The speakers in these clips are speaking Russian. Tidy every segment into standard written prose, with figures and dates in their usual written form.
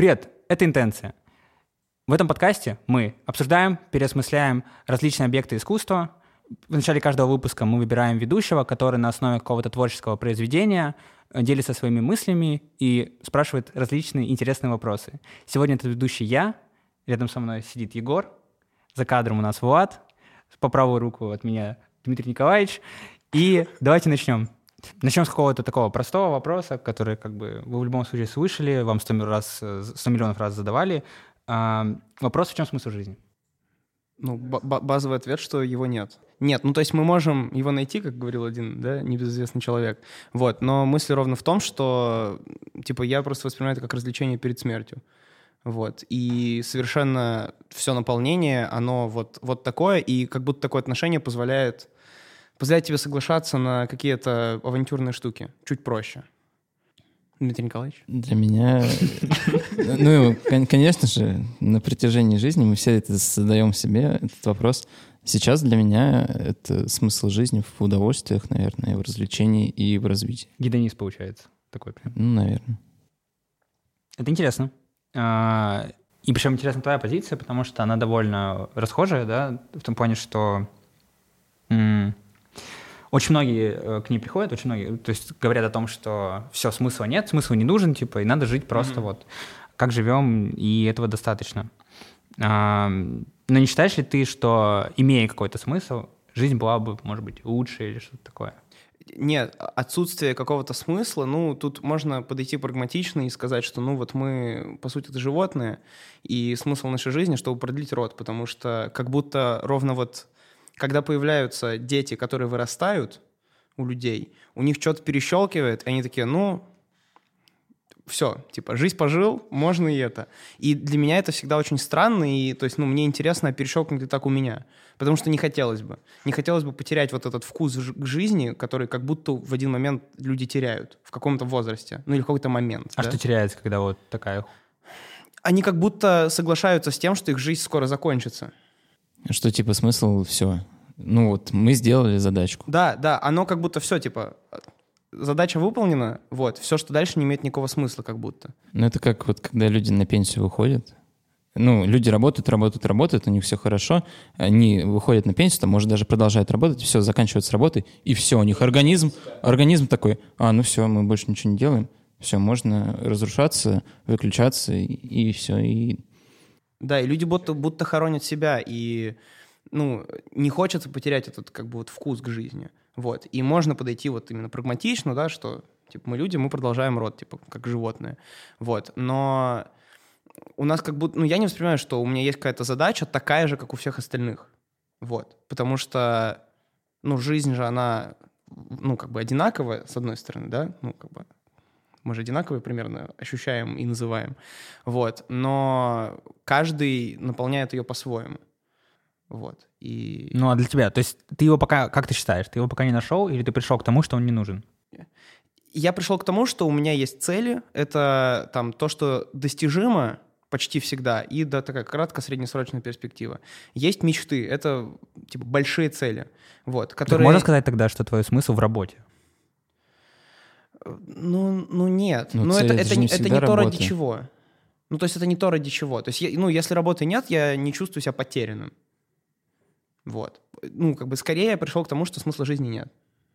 Привет, это «Интенция». В этом подкасте мы обсуждаем, переосмысляем различные объекты искусства. В начале каждого выпуска мы выбираем ведущего, который на основе какого-то творческого произведения делится своими мыслями и спрашивает различные интересные вопросы. Сегодня это ведущий я, рядом со мной сидит Егор, за кадром у нас Влад, по правую руку от меня Дмитрий Николаевич. И давайте начнем. Начнем с какого-то такого простого вопроса, который как бы вы в любом случае слышали, вам 100 миллионов раз задавали. Вопрос: в чем смысл жизни? Ну, базовый ответ, что его нет. Нет, ну то есть мы можем его найти, как говорил один, да, небезызвестный человек. Вот, но мысль ровно в том, что, типа, я просто воспринимаю это как развлечение перед смертью. Вот, и совершенно все наполнение, оно вот такое, и как будто такое отношение позволяет тебе соглашаться на какие-то авантюрные штуки, чуть проще. Дмитрий Николаевич? Для меня, конечно же, на протяжении жизни мы все это задаем себе, этот вопрос. Сейчас для меня это смысл жизни в удовольствиях, наверное, в развлечении и в развитии. Гедонист получается такой прям. Ну, наверное. Это интересно. И причем интересна твоя позиция, потому что она довольно расхожая, да, в том плане, что очень многие к ней приходят, очень многие, то есть говорят о том, что все, смысла нет, смысл не нужен, типа, и надо жить просто вот как живем, и этого достаточно. Но не считаешь ли ты, что, имея какой-то смысл, жизнь была бы, может быть, лучше или что-то такое? Нет, отсутствие какого-то смысла, ну, тут можно подойти прагматично и сказать, что, ну, вот мы, по сути, это животные, и смысл нашей жизни, чтобы продлить род, потому что как будто ровно вот когда появляются дети, которые вырастают у людей, у них что-то перещелкивает, и они такие, ну, все, типа, жизнь пожил, можно и это. И для меня это всегда очень странно, и, то есть, ну, мне интересно, а перещелкнуть ли так у меня, потому что не хотелось бы. Не хотелось бы потерять вот этот вкус к жизни, который как будто в один момент люди теряют в каком-то возрасте, ну, или в какой-то момент. А да? Что теряется, когда вот такая? Они как будто соглашаются с тем, что их жизнь скоро закончится. Что, типа, смысл все. Ну вот, мы сделали задачку. Да, оно как будто все, типа, задача выполнена, вот, все, что дальше, не имеет никакого смысла как будто. Ну это как вот, когда люди на пенсию выходят. Ну, люди работают, у них все хорошо, они выходят на пенсию, там, может, даже продолжают работать, все, заканчивают с работой, и все, у них организм такой, ну все, мы больше ничего не делаем, все, можно разрушаться, выключаться, и все, и... Да, и люди будто хоронят себя, и, ну, не хочется потерять этот, как бы, вот вкус к жизни, вот. И можно подойти вот именно прагматично, да, что, типа, мы люди, мы продолжаем род, типа, как животные, вот. Но у нас как будто, ну, я не воспринимаю, что у меня есть какая-то задача такая же, как у всех остальных, вот. Потому что, ну, жизнь же, она, ну, как бы одинаковая, с одной стороны, да, ну, как бы, мы же одинаковые примерно ощущаем и называем. Вот. Но каждый наполняет ее по-своему. Вот. И... Ну, а для тебя? То есть ты его пока, как ты считаешь, ты его пока не нашел, или ты пришел к тому, что он не нужен? Я пришел к тому, что у меня есть цели. Это там то, что достижимо почти всегда, и да, такая краткосреднесрочная перспектива. Есть мечты. Это типа большие цели. Вот, которые... Можно сказать тогда, что твой смысл в работе? Ну нет. Ну, это не работа. то, ради чего. Ну, то есть это не то, ради чего. То есть, если работы нет, я не чувствую себя потерянным. Вот. Ну, как бы скорее я пришел к тому, что смысла жизни нет.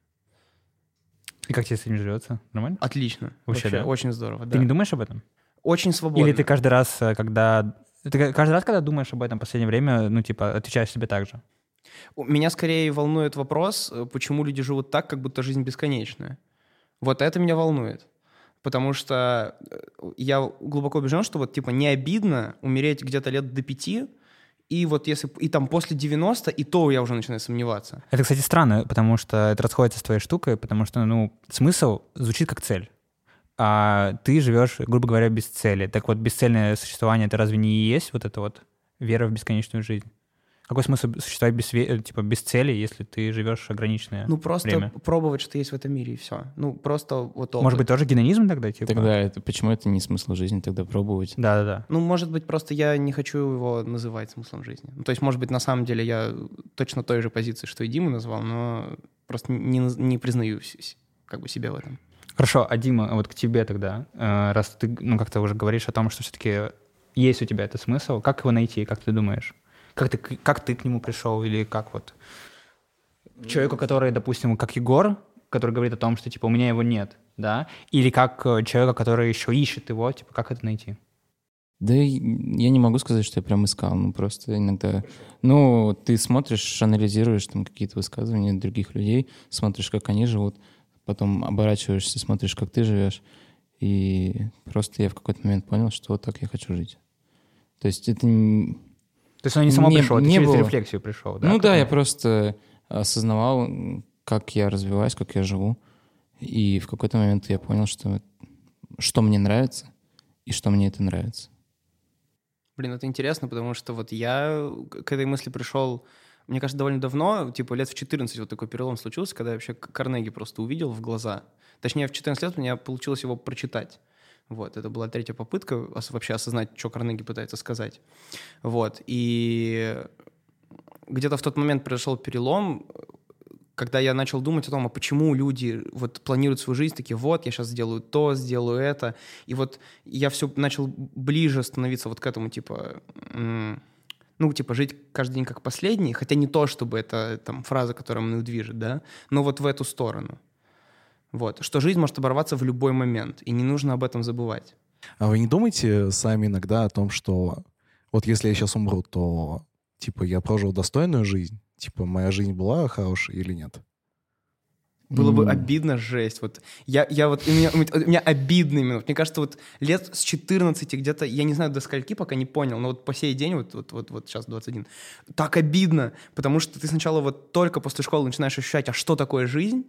И как тебе с этим живется? Нормально? Отлично. Вообще, да? Очень здорово, да. Ты не думаешь об этом? Очень свободно. Или ты каждый раз, когда думаешь об этом в последнее время, ну, типа, отвечаешь себе так же? Меня скорее волнует вопрос, почему люди живут так, как будто жизнь бесконечная. Вот это меня волнует. Потому что я глубоко убежден, что вот типа не обидно умереть где-то лет до 5, и вот если и там после 90, и то я уже начинаю сомневаться. Это, кстати, странно, потому что это расходится с твоей штукой, потому что, ну, смысл звучит как цель. А ты живешь, грубо говоря, без цели. Так вот, бесцельное существование — это разве не и есть вот это вот вера в бесконечную жизнь? Какой смысл существовать без цели, если ты живешь ограниченное время? Ну, просто пробовать, что есть в этом мире, и все. Ну, просто вот опыт. Может быть, тоже гедонизм тогда? Типа? Тогда почему это не смысл жизни, тогда пробовать? Да. Ну, может быть, просто я не хочу его называть смыслом жизни. Ну, то есть, может быть, на самом деле я точно той же позиции, что и Дима назвал, но просто не признаю как бы себя в этом. Хорошо, а Дима, вот к тебе тогда, раз ты, как-то уже говоришь о том, что все-таки есть у тебя этот смысл, как его найти, как ты думаешь? Как ты к нему пришел, или как вот человеку, который, допустим, как Егор, который говорит о том, что, типа, у меня его нет, да, или как человека, который еще ищет его, типа, как это найти? Да я не могу сказать, что я прям искал, просто иногда... ты смотришь, анализируешь там какие-то высказывания других людей, смотришь, как они живут, потом оборачиваешься, смотришь, как ты живешь, и просто я в какой-то момент понял, что вот так я хочу жить. То есть это... То есть оно не само пришло, ты через рефлексию пришел, да? Я просто осознавал, как я развиваюсь, как я живу, и в какой-то момент я понял, что мне нравится и что мне это нравится. Блин, это интересно, потому что вот я к этой мысли пришел, мне кажется, довольно давно, типа лет в 14 вот такой перелом случился, когда я вообще Карнеги просто увидел в глаза. Точнее, в 14 лет у меня получилось его прочитать. Вот, это была третья попытка вообще осознать, что Карнеги пытается сказать. Вот, и где-то в тот момент произошел перелом, когда я начал думать о том, а почему люди вот планируют свою жизнь, такие, вот, я сейчас сделаю то, сделаю это. И вот я все начал ближе становиться вот к этому, типа, жить каждый день как последний, хотя не то, чтобы это там фраза, которая мной движет, да, но вот в эту сторону. Вот, что жизнь может оборваться в любой момент, и не нужно об этом забывать. А вы не думаете сами иногда о том, что вот если я сейчас умру, то, типа, я прожил достойную жизнь? Типа, моя жизнь была хорошей или нет? Было бы обидно, жесть. Вот у меня обидный минут. Мне кажется, вот лет с 14 где-то, я не знаю до скольки, пока не понял, но вот по сей день, вот сейчас 21, так обидно, потому что ты сначала вот только после школы начинаешь ощущать, а что такое жизнь,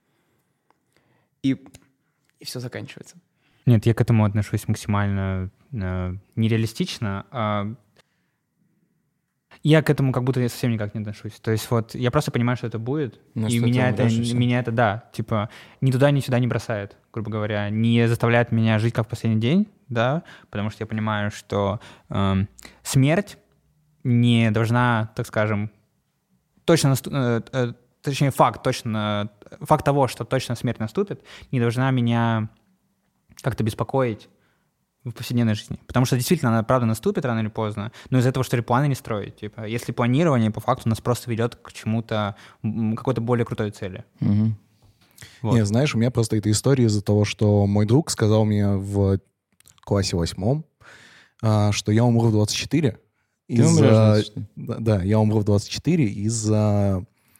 и все заканчивается. Нет, я к этому отношусь максимально нереалистично. Я к этому как будто совсем никак не отношусь. То есть вот я просто понимаю, что это будет, и меня это, да, типа, ни туда, ни сюда не бросает, грубо говоря, не заставляет меня жить как в последний день, да, потому что я понимаю, что смерть не должна, так скажем, точнее, факт того, что точно смерть наступит, не должна меня как-то беспокоить в повседневной жизни. Потому что действительно она, правда, наступит рано или поздно, но из-за этого, что ли, планы не строить. Типа, если планирование, по факту, нас просто ведет к чему-то, какой-то более крутой цели. Угу. Вот. Не, знаешь, у меня просто эта история из-за того, что мой друг сказал мне в классе 8, что я умру в 24. Да, я умру в 24 из-за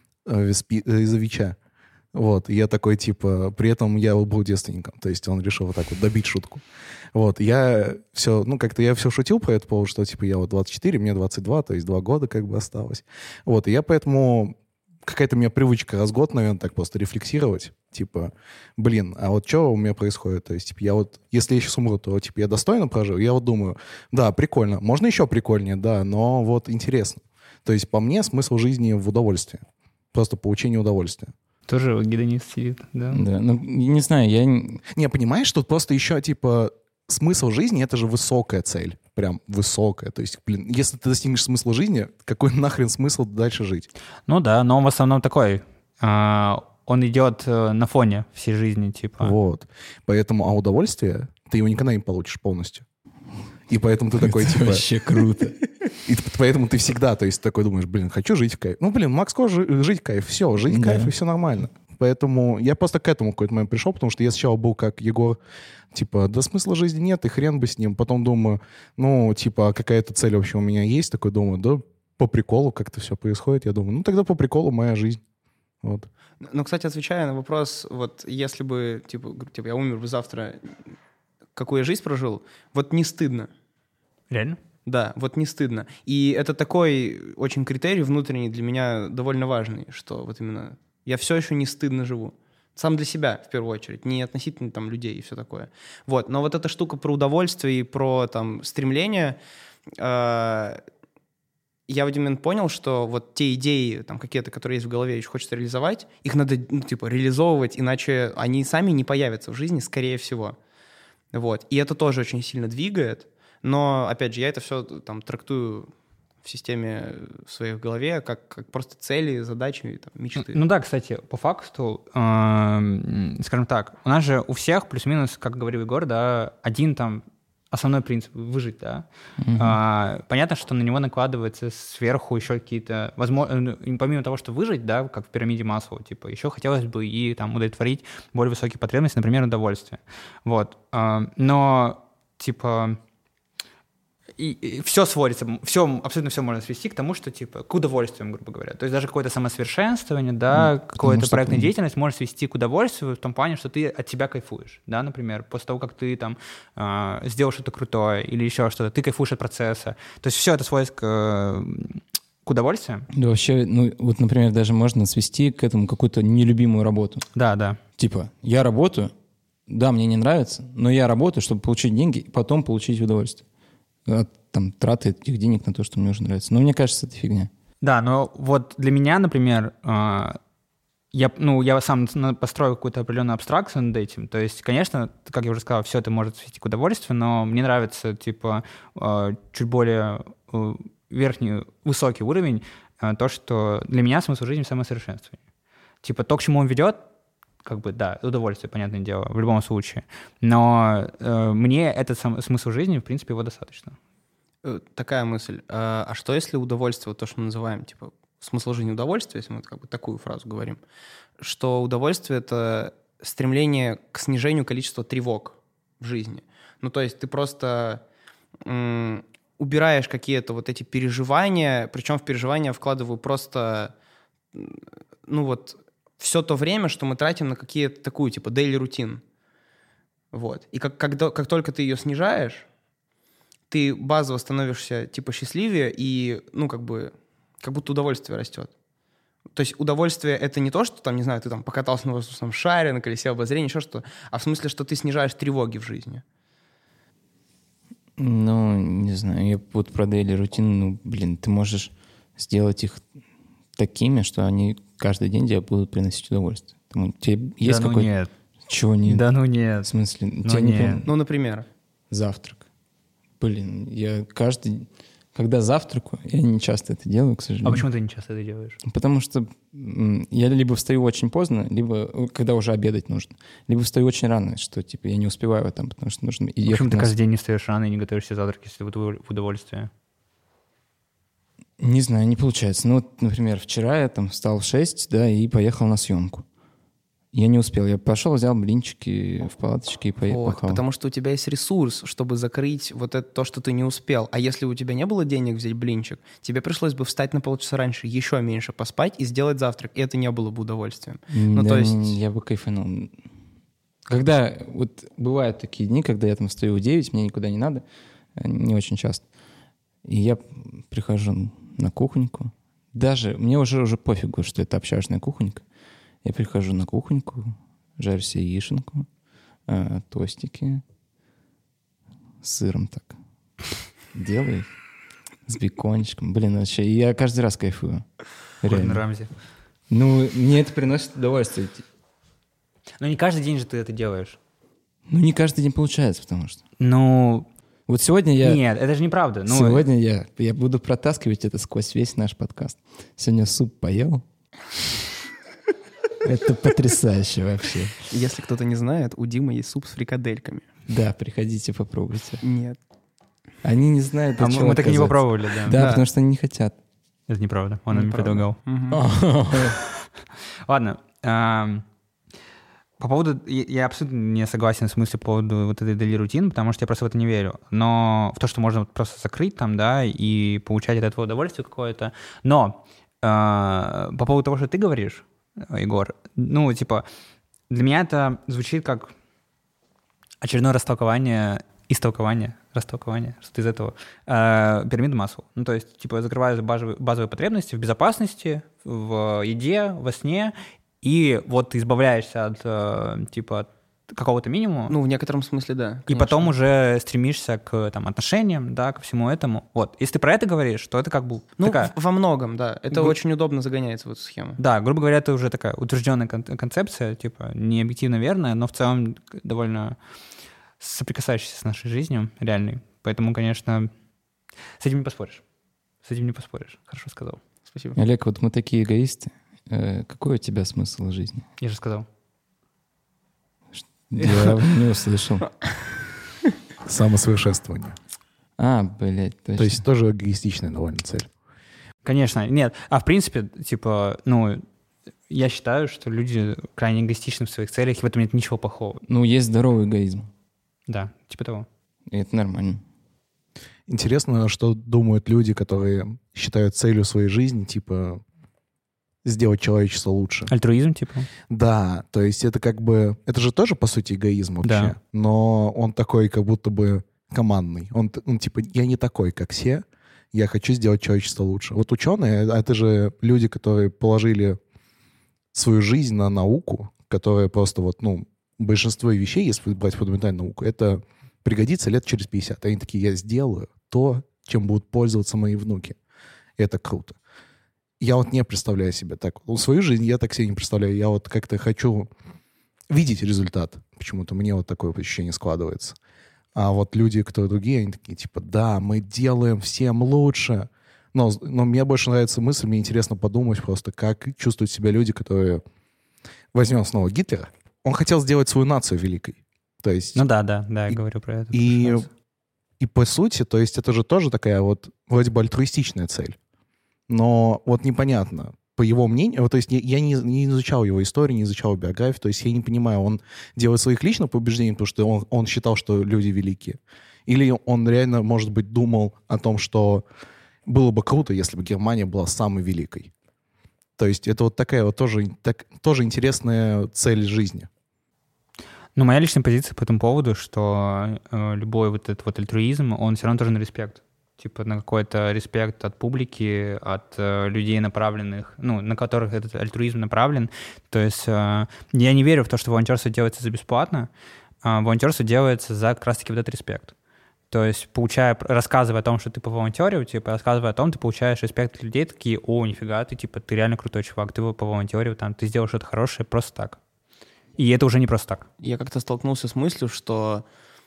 ВИЧа. Вот, и я такой, типа, при этом я был девственником, то есть он решил вот так вот добить шутку. Вот, я все шутил по этому поводу, что, типа, я вот 24, мне 22, то есть 2 года как бы осталось. Вот, и я поэтому, какая-то у меня привычка раз в год, наверное, так просто рефлексировать, типа, блин, а вот что у меня происходит? То есть, типа, я вот, если я сейчас умру, то, типа, я достойно прожил? Я вот думаю, да, прикольно, можно еще прикольнее, да, но вот интересно. То есть, по мне, смысл жизни в удовольствии, просто получение удовольствия. Тоже гедонист сидит, да? Да, не знаю, я... Не, понимаешь, тут просто еще, типа, смысл жизни — это же высокая цель. Прям высокая. То есть, блин, если ты достигнешь смысла жизни, какой нахрен смысл дальше жить? Ну да, но он в основном такой. Он идет на фоне всей жизни, типа. Вот. Поэтому, удовольствие ты его никогда не получишь полностью. И поэтому ты такой, типа... Вообще круто. И поэтому ты всегда, то есть, такой думаешь, блин, хочу жить в кайф. Ну, блин, Макс Кор жить в кайф. Все, жить в кайф, и все нормально. Поэтому я просто к этому в какой-то момент пришел, потому что я сначала был как Егор, типа, да смысла жизни нет, и хрен бы с ним. Потом думаю, ну, типа, какая-то цель вообще у меня есть. Такой думаю, да по приколу как-то все происходит. Я думаю, ну, тогда по приколу моя жизнь. Вот. Ну, кстати, отвечая на вопрос, вот если бы, типа я умер бы завтра, какую я жизнь прожил, вот не стыдно. Реально? Да, вот не стыдно. И это такой очень критерий внутренний для меня довольно важный, что вот именно я все еще не стыдно живу. Сам для себя, в первую очередь, не относительно там людей и все такое. Вот, но вот эта штука про удовольствие и про там стремление, я в один момент понял, что вот те идеи там какие-то, которые есть в голове, еще хочется реализовать, их надо, реализовывать, иначе они сами не появятся в жизни, скорее всего. Вот, и это тоже очень сильно двигает. Но, опять же, я это все там трактую в системе в своей голове, как просто цели, задачи и там, мечты. Ну да, кстати, по факту, скажем так, у нас же у всех плюс-минус, как говорил Егор, да, один там основной принцип — выжить, да. Понятно, что на него накладывается сверху еще какие-то, возможно, помимо того, что выжить, да, как в пирамиде Маслоу, типа, еще хотелось бы и там удовлетворить более высокие потребности, например, удовольствие. Вот. Но, типа, и все сводится, абсолютно все можно свести к тому, что, типа, к удовольствию, грубо говоря. То есть даже какое-то самосовершенствование, да, какая-то проектная деятельность может свести к удовольствию в том плане, что ты от себя кайфуешь, да, например, после того, как ты там сделал что-то крутое или еще что-то, ты кайфуешь от процесса. То есть все это сводится к удовольствию. Да, вообще, ну, вот, например, даже можно свести к этому какую-то нелюбимую работу. Да, да. Типа, я работаю, да, мне не нравится, но я работаю, чтобы получить деньги и потом получить удовольствие. Там, траты этих денег на то, что мне уже нравится. Но мне кажется, это фигня. Да, но вот для меня, например, я сам построю какую-то определенную абстракцию над этим. То есть, конечно, как я уже сказал, все это может свести к удовольствию, но мне нравится, типа, чуть более высокий уровень, то, что для меня смысл жизни — самосовершенствование. Типа, то, к чему он ведет, как бы, да, удовольствие, понятное дело, в любом случае. Но мне этот смысл жизни, в принципе, его достаточно. Такая мысль. А что если удовольствие, вот то, что мы называем, типа, смысл жизни — удовольствие, если мы как бы такую фразу говорим, что удовольствие — это стремление к снижению количества тревог в жизни. Ну, то есть ты просто убираешь какие-то вот эти переживания, причем в переживания вкладываю просто, ну вот, все то время, что мы тратим на какие-то такую, типа, daily routine. Вот. И как только ты ее снижаешь, ты базово становишься, типа, счастливее, и, ну, как будто удовольствие растет. То есть удовольствие — это не то, что, там, не знаю, ты там покатался на воздушном шаре, на колесе обозрения, еще что-то, а в смысле, что ты снижаешь тревоги в жизни. Ну, не знаю, я вот про daily рутин, ты можешь сделать их такими, что они каждый день тебе будут приносить удовольствие. Тебе есть да, какой-то... нет. Чего нет? Да ну нет. В смысле? Ну нет. Ну, например? Завтрак. Я когда завтракаю, я не часто это делаю, к сожалению. А почему ты не часто это делаешь? Потому что я либо встаю очень поздно, либо когда уже обедать нужно, либо встаю очень рано, что типа я не успеваю там, потому что нужно ехать. Почему ты каждый день не встаешь рано и не готовишь себе завтраки, если в удовольствие? Не знаю, не получается. Ну вот, например, вчера я там встал в 6, да, и поехал на съемку. Я не успел. Я пошел, взял блинчики в палаточке и поехал. Вот, потому что у тебя есть ресурс, чтобы закрыть вот это то, что ты не успел. А если у тебя не было денег взять блинчик, тебе пришлось бы встать на полчаса раньше, еще меньше поспать и сделать завтрак. И это не было бы удовольствием. Ну, да, то есть... Я бы кайфанул. Когда вот бывают такие дни, когда я там встаю в 9, мне никуда не надо, не очень часто. И я прихожу на кухоньку. Даже мне уже пофигу, что это общажная кухонька. Я прихожу на кухоньку, жарю себе яишенку, тостики с сыром так делаю, с бекончиком. Блин, вообще, я каждый раз кайфую. Гордон Рамзи. Ну, мне это приносит удовольствие. Но не каждый день же ты это делаешь. Ну, не каждый день получается, потому что... Ну... Вот сегодня я... Нет, это же неправда. Сегодня я буду протаскивать это сквозь весь наш подкаст. Сегодня суп поел. Это потрясающе вообще. Если кто-то не знает, у Димы есть суп с фрикадельками. Да, приходите, попробуйте. Нет. Они не знают, от чего мы так и не отказаться. попробовали, да. Да, потому что они не хотят. Это неправда, он нам не предлагал. Ладно. По поводу... Я абсолютно не согласен в смысле по поводу вот этой daily рутины, потому что я просто в это не верю. Но в то, что можно просто закрыть там, да, и получать от этого удовольствие какое-то. Но по поводу того, что ты говоришь, Егор, ну, типа, для меня это звучит как очередное растолкование, что-то из этого, пирамиды Маслоу. Ну, то есть, типа, закрываю базовые потребности в безопасности, в еде, во сне, и вот ты избавляешься от, типа, какого-то минимума. Ну, в некотором смысле, да. И конечно. потом уже стремишься к там, отношениям, да, ко всему этому. Вот. Если ты про это говоришь, то это как бы Ну, такая... во многом, да. Это очень удобно загоняется в эту схему. Да, грубо говоря, это уже такая утвержденная концепция, типа, не объективно верная, но в целом довольно соприкасающаяся с нашей жизнью реальной. Поэтому, конечно, с этим не поспоришь. С этим не поспоришь. Хорошо сказал. Спасибо. Олег, вот мы такие эгоисты. Какой у тебя смысл жизни? Я же сказал. Я не услышал. Самосовершенствование. Блядь, точно. То есть тоже эгоистичная довольно цель. Конечно, нет. А в принципе, типа, я считаю, что люди крайне эгоистичны в своих целях, и в этом нет ничего плохого. Есть здоровый эгоизм. Да, типа того. И это нормально. Интересно, что думают люди, которые считают целью своей жизни, типа, сделать человечество лучше. Альтруизм, типа? Да, то есть это как бы... Это же тоже, по сути, эгоизм вообще. Да. Но он такой, как будто бы командный. Он типа, я не такой, как все, я хочу сделать человечество лучше. Вот ученые, это же люди, которые положили свою жизнь на науку, которая просто большинство вещей, если брать фундаментальную науку, это пригодится лет через 50. Они такие, я сделаю то, чем будут пользоваться мои внуки. И это круто. Я не представляю себе так. Свою жизнь я так себе не представляю. Я как-то хочу видеть результат. Почему-то мне такое ощущение складывается. А люди, кто другие, они такие, типа, да, мы делаем всем лучше. Но мне больше нравится мысль, мне интересно подумать просто, как чувствуют себя люди, которые... Возьмем снова Гитлера. Он хотел сделать свою нацию великой. То есть... Да, я говорю про это. И по сути, то есть это же тоже такая вроде бы альтруистичная цель. Но непонятно, по его мнению, то есть я не изучал его историю, не изучал его биографию, то есть я не понимаю, он делает своих личных побуждений, потому что он считал, что люди великие. Или он реально, может быть, думал о том, что было бы круто, если бы Германия была самой великой. То есть это такая тоже интересная цель жизни. Моя личная позиция по этому поводу, что любой этот альтруизм, он все равно тоже на респект. Типа на какой-то респект от публики, от людей, направленных, на которых этот альтруизм направлен. То есть я не верю в то, что волонтерство делается за бесплатно. Волонтерство делается за как раз-таки этот респект. То есть, рассказывая о том, что ты поволонтерил, рассказывая о том, ты получаешь респект от людей, такие, нифига, ты реально крутой чувак, ты поволонтерил, ты сделал что-то хорошее просто так. И это уже не просто так. Я как-то столкнулся с мыслью, что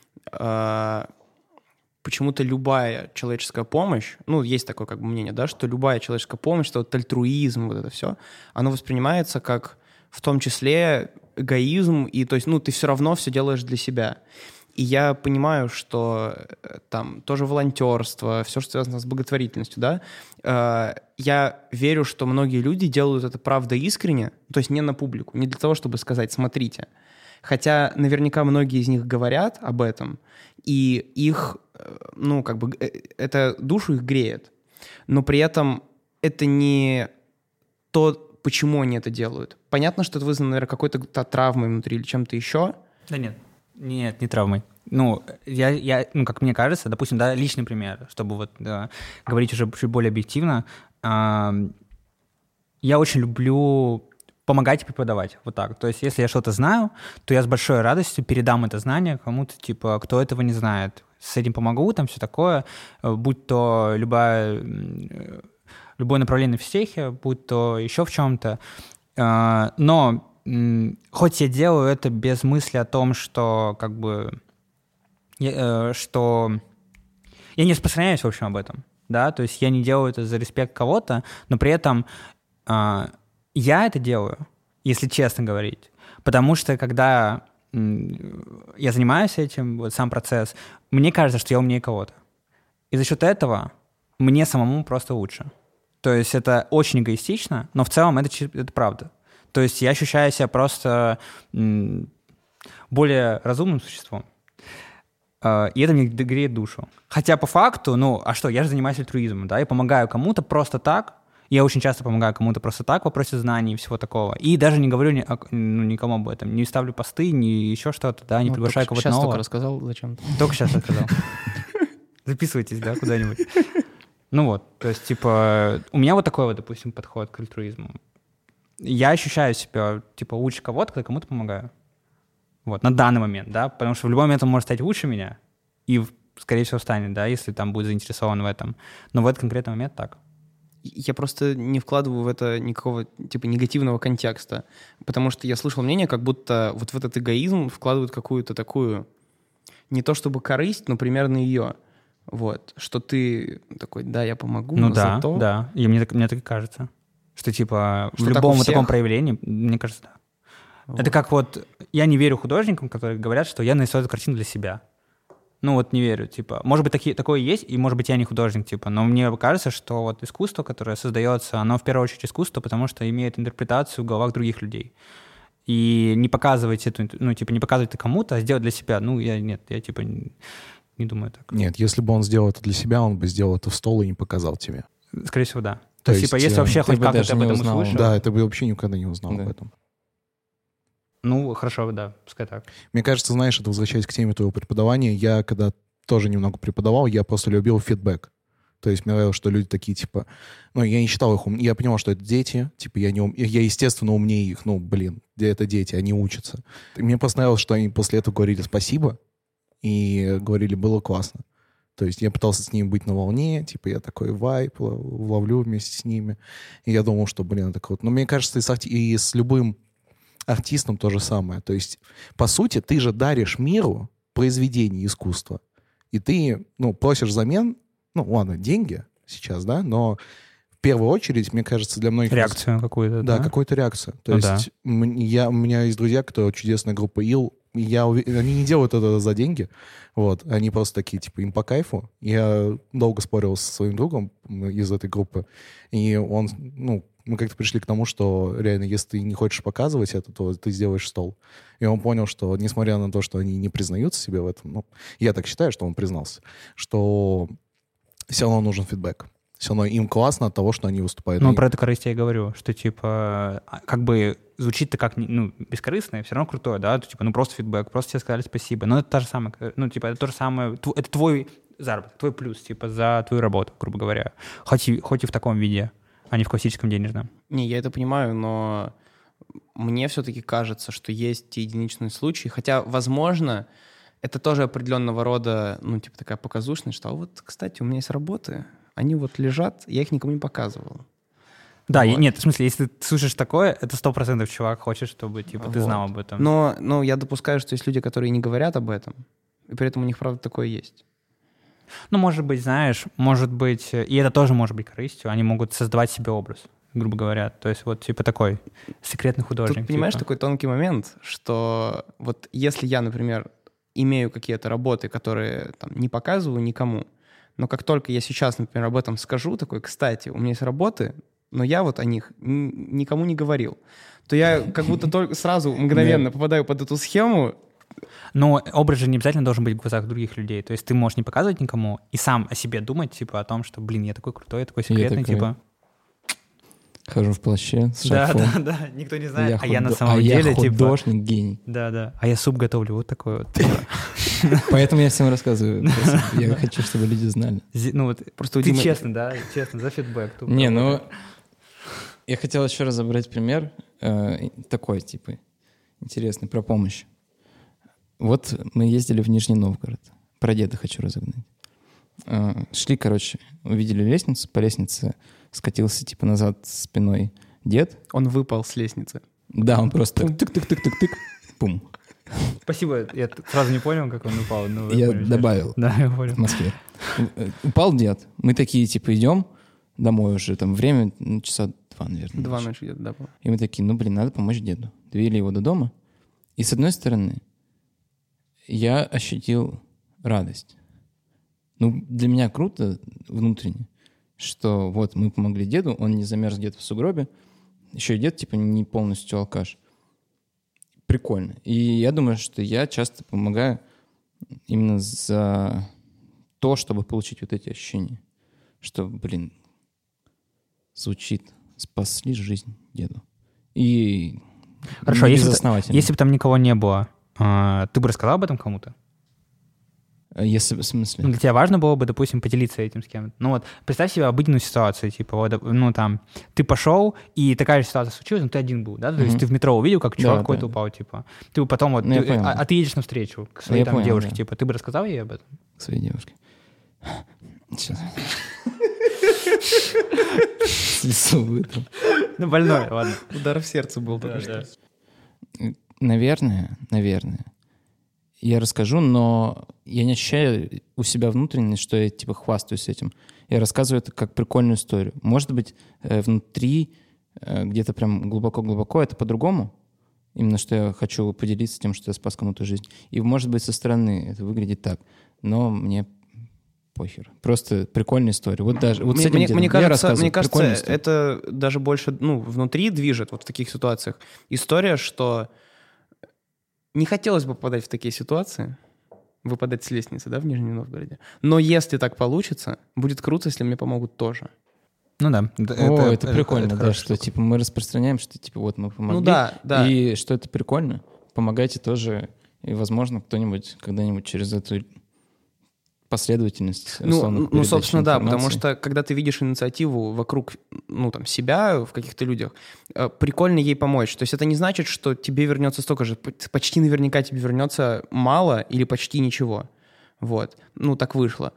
почему-то любая человеческая помощь, есть такое мнение, да, что любая человеческая помощь, что альтруизм, это все, оно воспринимается как в том числе эгоизм, и то есть, ты все равно все делаешь для себя. И я понимаю, что там тоже волонтерство, все, что связано с благотворительностью, да, я верю, что многие люди делают это правда искренне, то есть не на публику, не для того, чтобы сказать «смотрите». Хотя наверняка многие из них говорят об этом, и их, это душу их греет. Но при этом это не то, почему они это делают. Понятно, что это вызвано, наверное, какой-то травмой внутри или чем-то еще. Да нет, не травмой. Я как мне кажется, допустим, да, личный пример, чтобы говорить уже чуть более объективно. Я очень люблю помогать и преподавать. Вот так. То есть, если я что-то знаю, то я с большой радостью передам это знание кому-то, кто этого не знает. С этим помогу, все такое. Будь то любое направление в физтехе, будь то еще в чем-то. Но хоть я делаю это без мысли о том, что что я не распространяюсь, в общем, об этом. Да? То есть я не делаю это за респект кого-то, но при этом я это делаю, если честно говорить, потому что когда я занимаюсь этим, сам процесс, мне кажется, что я умнее кого-то. И за счет этого мне самому просто лучше. То есть это очень эгоистично, но в целом это правда. То есть я ощущаю себя просто более разумным существом. И это мне греет душу. Хотя по факту, а что, я же занимаюсь альтруизмом, да, я помогаю кому-то просто так. Я очень часто помогаю кому-то просто так в вопросе знаний и всего такого. И даже не говорю никому об этом. Не ставлю посты, не еще что-то, да, не приглашаю кого-то нового. Сейчас только рассказал зачем-то. Только сейчас рассказал. Записывайтесь, да, куда-нибудь. То есть, у меня такой допустим, подход к альтруизму. Я ощущаю себя, лучше кого-то, когда кому-то помогаю. На данный момент, да, потому что в любой момент он может стать лучше меня и, скорее всего, станет, да, если там будет заинтересован в этом. Но в этот конкретный момент так. Я просто не вкладываю в это никакого негативного контекста, потому что я слышал мнение, как будто в этот эгоизм вкладывают какую-то такую, не то чтобы корысть, но примерно ее. Вот, что ты такой, да, я помогу, Ну но да, зато... да. И мне так и кажется. Что типа Что в так любом у вот таком всех? проявлении, мне кажется, да. Вот. Это как вот... Я не верю художникам, которые говорят, что я нарисую эту картину для себя. Ну вот не верю, типа. Может быть, такое есть, и может быть, я не художник, типа. Но мне кажется, что вот искусство, которое создается, оно в первую очередь искусство, потому что имеет интерпретацию в головах других людей. И не показывать эту... Ну, типа, не показывать это кому-то, а сделать для себя. Ну, я типа, не думаю так. Нет, если бы он сделал это для себя, он бы сделал это в стол и не показал тебе. Скорее всего, да. То То есть, типа, есть, если вообще ты хоть бы как-то даже об не этом узнал. услышал... Да, ты бы вообще никогда не узнал Да. об этом. Ну, хорошо, да, пускай так. Мне кажется, знаешь, это возвращаясь к теме твоего преподавания, я когда тоже немного преподавал, я просто любил фидбэк. То есть мне нравилось, что люди такие, типа... Ну, я не считал их я понимал, что это дети, типа, я, естественно, умнее их. Ну, блин, это дети, они учатся. И мне просто нравилось, что они после этого говорили спасибо и говорили, было классно. То есть я пытался с ними быть на волне, типа, я такой вайп ловлю вместе с ними. И я думал, что, блин, это круто. Но мне кажется, и с любым артистом то же самое. То есть, по сути, ты же даришь миру произведение искусства. И ты, просишь взамен, ладно, деньги сейчас, да, но в первую очередь, мне кажется, для многих... Реакцию какую-то, Да, какую-то реакцию. То Ну есть у меня есть друзья, которые чудесная группа Ил, они не делают это за деньги, вот, они просто такие, типа, им по кайфу. Я долго спорил со своим другом из этой группы, и он, мы как-то пришли к тому, что реально, если ты не хочешь показывать это, то ты сделаешь стол. И он понял, что, несмотря на то, что они не признаются себе в этом, я так считаю, что он признался, что все равно нужен фидбэк. Все равно им классно от того, что они выступают. Ну, про эту корысть я и говорю, что, типа, как бы звучит-то как, бескорыстно, и все равно крутое, да, типа, просто фидбэк, просто тебе сказали спасибо. Но это та же самая, это то же самое, это твой заработок, твой плюс, типа, за твою работу, грубо говоря. Хоть и в таком виде, а не в классическом денежном. Не, я это понимаю, но мне все-таки кажется, что есть те единичные случаи, хотя, возможно, это тоже определенного рода, такая показушность, что, вот, кстати, у меня есть работы, они вот лежат, я их никому не показывал. Да, Вот. нет, в смысле, если ты слышишь такое, это 100% чувак хочет, чтобы, типа, ты знал об этом. Но я допускаю, что есть люди, которые не говорят об этом, и при этом у них, правда, такое есть. Ну, может быть, знаешь, и это тоже может быть корыстью, они могут создавать себе образ, грубо говоря. То есть вот, типа, такой секретный художник. Тут, понимаешь, типа. такой тонкий момент, что вот если я, например, имею какие-то работы, которые там, не показываю никому, но как только я сейчас, например, об этом скажу, такой, кстати, у меня есть работы, но я вот о них никому не говорил, то я как будто только сразу мгновенно попадаю под эту схему. Но образ же не обязательно должен быть в глазах других людей. То есть ты можешь не показывать никому и сам о себе думать, типа, о том, что, блин, я такой крутой, я такой секретный, типа... Хожу в плаще с шарфом. Да, никто не знает, я на самом деле, я художник, гений. Да. А я суп готовлю, вот такой вот. Поэтому я всем рассказываю. Я хочу, чтобы люди знали. Ну вот, Просто ты честно, да? Честно, за фидбэк. Не, я хотел еще разобрать пример такой, типа, интересный, про помощь. Вот мы ездили в Нижний Новгород. Про деда хочу разогнать. Шли, короче, увидели лестницу, по лестнице скатился, типа, назад спиной дед. Он выпал с лестницы. Да, он просто тык-тык-тык-тык-тык, пум. Спасибо, я сразу не понял, как он упал. Я добавил. Да, я понял. В Москве. Упал дед. Мы такие, типа, идем домой уже, там время часа 2, наверное. 2 ночи где-то, да. И мы такие, надо помочь деду. Довели его до дома. И с одной стороны, я ощутил радость. Для меня круто внутренне, что вот мы помогли деду, он не замерз где-то в сугробе, еще и дед, типа, не полностью алкаш. Прикольно. И я думаю, что я часто помогаю именно за то, чтобы получить вот эти ощущения. Что, блин, звучит, спасли жизнь деду. И хорошо, безосновательно. если бы там никого не было, ты бы рассказал об этом кому-то? Если, в смысле? Для тебя важно было бы, допустим, поделиться этим с кем-то. Вот представь себе обыденную ситуацию, типа, там, ты пошел, и такая же ситуация случилась, но ты один был, да? То есть ты в метро увидел, как чувак какой-то упал, типа. Ты потом ты едешь навстречу к своей там девушке, типа, ты бы рассказал ей об этом? К своей девушке. Сейчас. Лицо вытру. Больной, ладно. Удар в сердце был только что. Наверное, я расскажу, но я не ощущаю у себя внутренне, что я типа хвастаюсь этим. Я рассказываю это как прикольную историю. Может быть, внутри, где-то прям глубоко-глубоко это по-другому. Именно что я хочу поделиться тем, что я спас кому-то жизнь. И может быть, со стороны это выглядит так. Но мне похер. Просто прикольная история. Вот даже вот с этим делом. Мне кажется, это даже больше внутри движет вот в таких ситуациях. История, что не хотелось бы попадать в такие ситуации, выпадать с лестницы, да, в Нижнем Новгороде. Но если так получится, будет круто, если мне помогут тоже. Ну да. Это прикольно, да, что типа мы распространяем, что типа вот мы помогли. Ну да. И что это прикольно. Помогайте тоже. И, возможно, кто-нибудь когда-нибудь через эту последовательность, собственно, да, потому что, когда ты видишь инициативу вокруг, себя в каких-то людях, прикольно ей помочь. То есть это не значит, что тебе вернется столько же. Почти наверняка тебе вернется мало или почти ничего. Вот. Так вышло.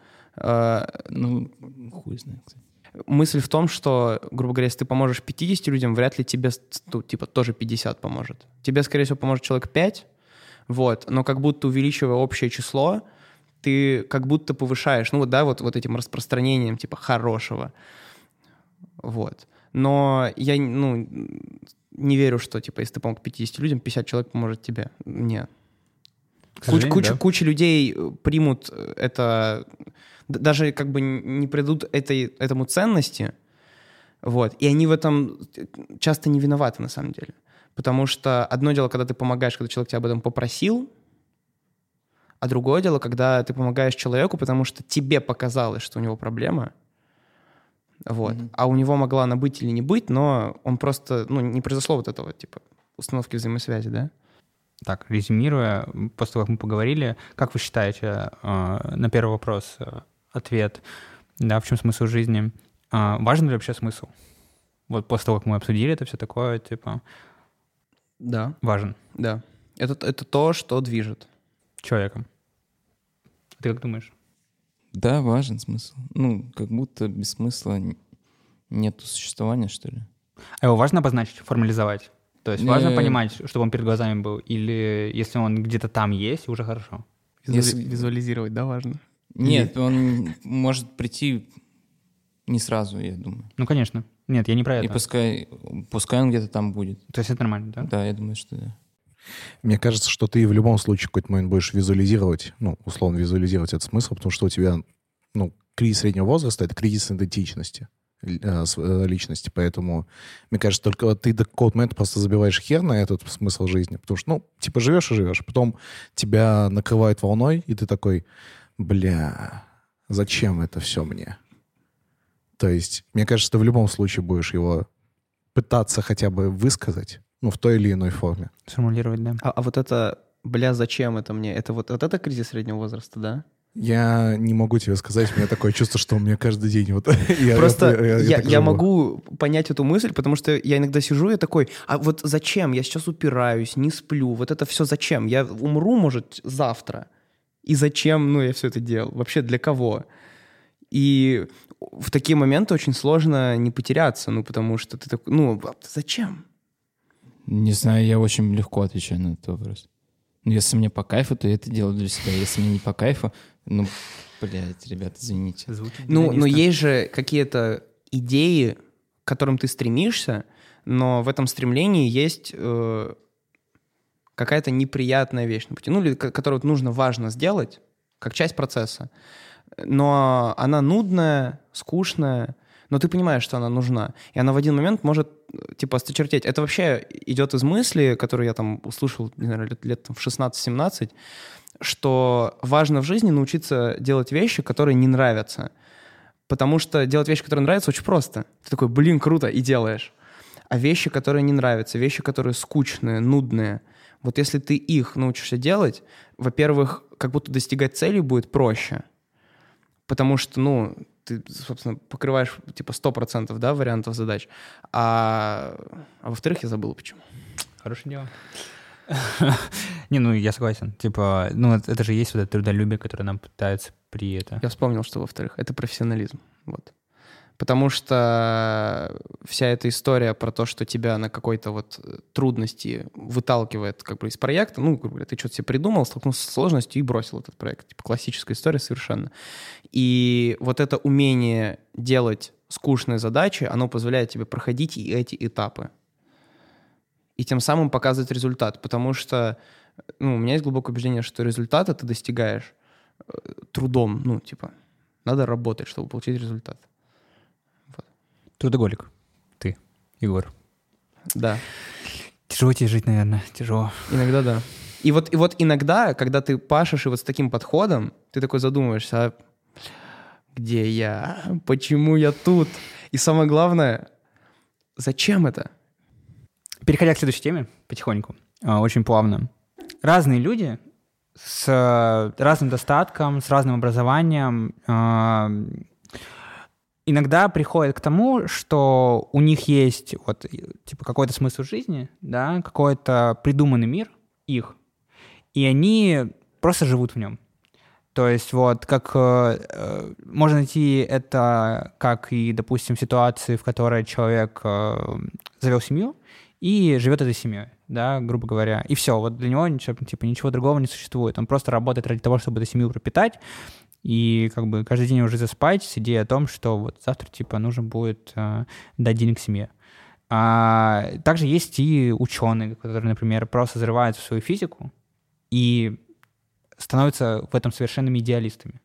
Хуй знает. Мысль в том, что, грубо говоря, если ты поможешь 50 людям, вряд ли тебе, тоже 50 поможет. Тебе, скорее всего, поможет человек 5, вот, но как будто увеличивая общее число, ты как будто повышаешь, вот этим распространением, хорошего. Вот. Но я, не верю, что, если ты помог 50 людям, 50 человек поможет тебе. Нет. Куча людей примут это, даже как бы не придадут этому ценности, вот, и они в этом часто не виноваты на самом деле. Потому что одно дело, когда ты помогаешь, когда человек тебя об этом попросил, а другое дело, когда ты помогаешь человеку, потому что тебе показалось, что у него проблема, вот, а у него могла она быть или не быть, но он просто, не произошло вот этого, установки взаимосвязи, да? Так, резюмируя, после того, как мы поговорили, как вы считаете, на первый вопрос ответ, да, в чем смысл жизни? Важен ли вообще смысл? Вот после того, как мы обсудили это все такое, Да. Важен. Да. Это то, что движет человеком. Ты как думаешь? Да, важен смысл. Как будто без смысла нету существования, что ли. А его важно обозначить, формализовать? То есть важно понимать, чтобы он перед глазами был? Или если он где-то там есть, уже хорошо? Визуализировать, да, важно? Нет, он может прийти не сразу, я думаю. Конечно. Нет, я не про это. И пускай он где-то там будет. То есть это нормально, да? Да, я думаю, что да. Мне кажется, что ты в любом случае в какой-то момент будешь визуализировать, условно визуализировать этот смысл, потому что у тебя, кризис среднего возраста — это кризис идентичности личности, поэтому, мне кажется, только ты до какого-то момента просто забиваешь хер на этот смысл жизни, потому что, живешь и живешь, а потом тебя накрывает волной, и ты такой, зачем это все мне? То есть, мне кажется, ты в любом случае будешь его пытаться хотя бы высказать, в той или иной форме. Сформулировать, да. А вот это, зачем это мне? Это вот это кризис среднего возраста, да? Я не могу тебе сказать, у меня такое чувство, что у меня каждый день вот... Я могу понять эту мысль, потому что я иногда сижу и такой, а вот зачем? Я сейчас упираюсь, не сплю, вот это все зачем? Я умру, может, завтра. И зачем, я все это делал? Вообще для кого? И в такие моменты очень сложно не потеряться, потому что ты такой, зачем? Не знаю, я очень легко отвечаю на этот вопрос. Если мне по кайфу, то я это делаю для себя. Если мне не по кайфу, ребята, извините. Но есть же какие-то идеи, к которым ты стремишься, но в этом стремлении есть какая-то неприятная вещь на пути, или которую важно сделать, как часть процесса. Но она нудная, скучная, но ты понимаешь, что она нужна. И она в один момент может, осточертеть. Это вообще идет из мысли, которую я там услышал, наверное, лет в 16-17, что важно в жизни научиться делать вещи, которые не нравятся. Потому что делать вещи, которые нравятся, очень просто. Ты такой, круто, и делаешь. А вещи, которые не нравятся, вещи, которые скучные, нудные, вот если ты их научишься делать, во-первых, как будто достигать цели будет проще. Потому что, ты, собственно, покрываешь 100%, да, вариантов задач. А во-вторых, я забыл почему. Хорошее дело. Я согласен. Это же есть вот это трудолюбие, которое нам пытается при этом. Я вспомнил, что во-вторых. Это профессионализм. Вот. Потому что вся эта история про то, что тебя на какой-то вот трудности выталкивает как бы из проекта, ну, грубо говоря, ты что-то себе придумал, столкнулся с сложностью и бросил этот проект. Типа классическая история совершенно. И вот это умение делать скучные задачи, оно позволяет тебе проходить и эти этапы. И тем самым показывать результат. Потому что, ну, у меня есть глубокое убеждение, что результата ты достигаешь трудом. Ну, типа, надо работать, чтобы получить результат. Трудоголик. Ты, Егор. Да. Тяжело тебе жить, наверное, тяжело. Иногда да. И вот иногда, когда ты пашешь и вот с таким подходом, ты такой задумываешься, а где я? Почему я тут? И самое главное, зачем это? Переходя к следующей теме, потихоньку, очень плавно. Разные люди с разным достатком, с разным образованием иногда приходят к тому, что у них есть вот, типа, какой-то смысл жизни, да, какой-то придуманный мир их, и они просто живут в нем. То есть вот как можно найти это, как и, допустим, в ситуации, в которой человек завел семью и живет этой семьей, да, грубо говоря, и все, вот для него ничего другого не существует. Он просто работает ради того, чтобы эту семью пропитать, и как бы каждый день уже заспать с идеей о том, что вот завтра типа нужно будет дать денег семье. Также есть и ученые, которые, например, просто зарываются в свою физику и становятся в этом совершенными идеалистами.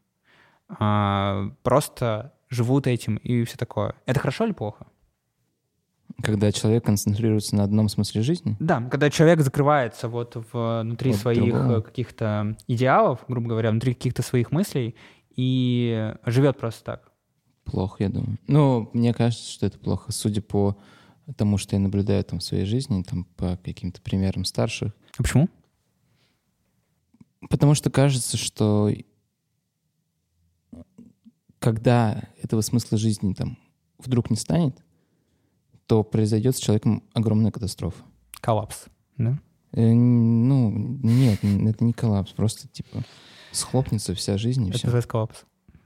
Просто живут этим и все такое. Это хорошо или плохо? Когда человек концентрируется на одном смысле жизни? Да, когда человек закрывается вот внутри Вот своих другого. каких-то идеалов, грубо говоря, внутри каких-то своих мыслей и живет просто так. Плохо, я думаю. Ну, мне кажется, что это плохо, судя по тому, что я наблюдаю там в своей жизни, там по каким-то примерам старших. А почему? Потому что кажется, что когда этого смысла жизни там вдруг не станет, то произойдет с человеком огромная катастрофа. Коллапс, да? Ну, нет, это не коллапс, просто типа схлопнется вся жизнь и Это все. называется коллапс.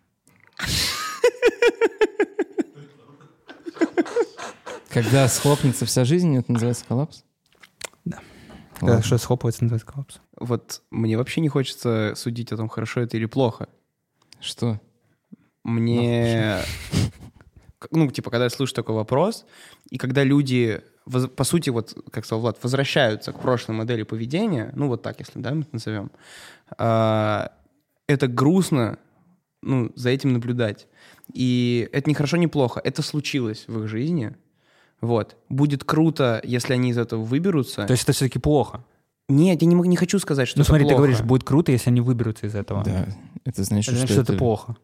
Когда схлопнется вся жизнь, это называется коллапс? Да. Ладно. Когда что схлопывается, называется коллапс. Вот мне вообще не хочется судить о том, хорошо это или плохо. Что? Мне... Ну, типа, когда я слышу такой вопрос, и когда люди, по сути, вот, как сказал Влад, возвращаются к прошлой модели поведения, ну, вот так, если, да, мы это назовем, это грустно, ну, за этим наблюдать. И это не хорошо, не плохо. Это случилось в их жизни. Вот. Будет круто, если они из этого выберутся. То есть это все-таки плохо? Нет, я не хочу сказать, что Ну это смотри, плохо. ты говоришь, будет круто, если они выберутся из этого. Да, это значит, Это значит, что это плохо.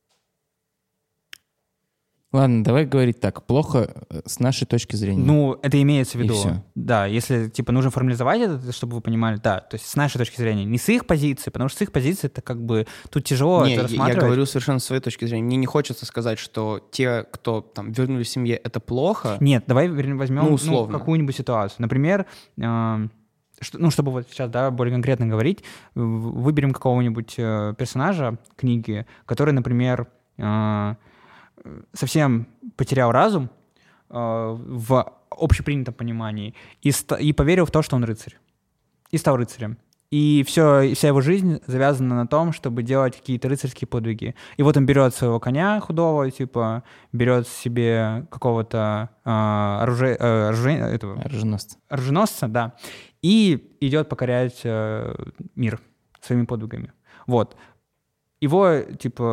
Ладно, давай говорить так. Плохо с нашей точки зрения. Ну, это имеется в И виду. всё. Да, если, типа, нужно формализовать это, чтобы вы понимали, да, то есть с нашей точки зрения, не с их позиции, потому что с их позиции это как бы, тут тяжело Не, это я рассматривать. говорю совершенно с своей точки зрения. Мне не хочется сказать, что те, кто там вернулись в семье, это плохо. Нет, давай возьмем Ну, условно. какую-нибудь ситуацию. Например, чтобы вот сейчас, да, более конкретно говорить, выберем какого-нибудь персонажа книги, который, например, совсем потерял разум в общепринятом понимании и поверил в то, что он рыцарь. И стал рыцарем. И вся его жизнь завязана на том, чтобы делать какие-то рыцарские подвиги. И вот он берет своего коня худого, типа, берет себе какого-то оруженосца, да, и идет покорять мир своими подвигами. Вот. Его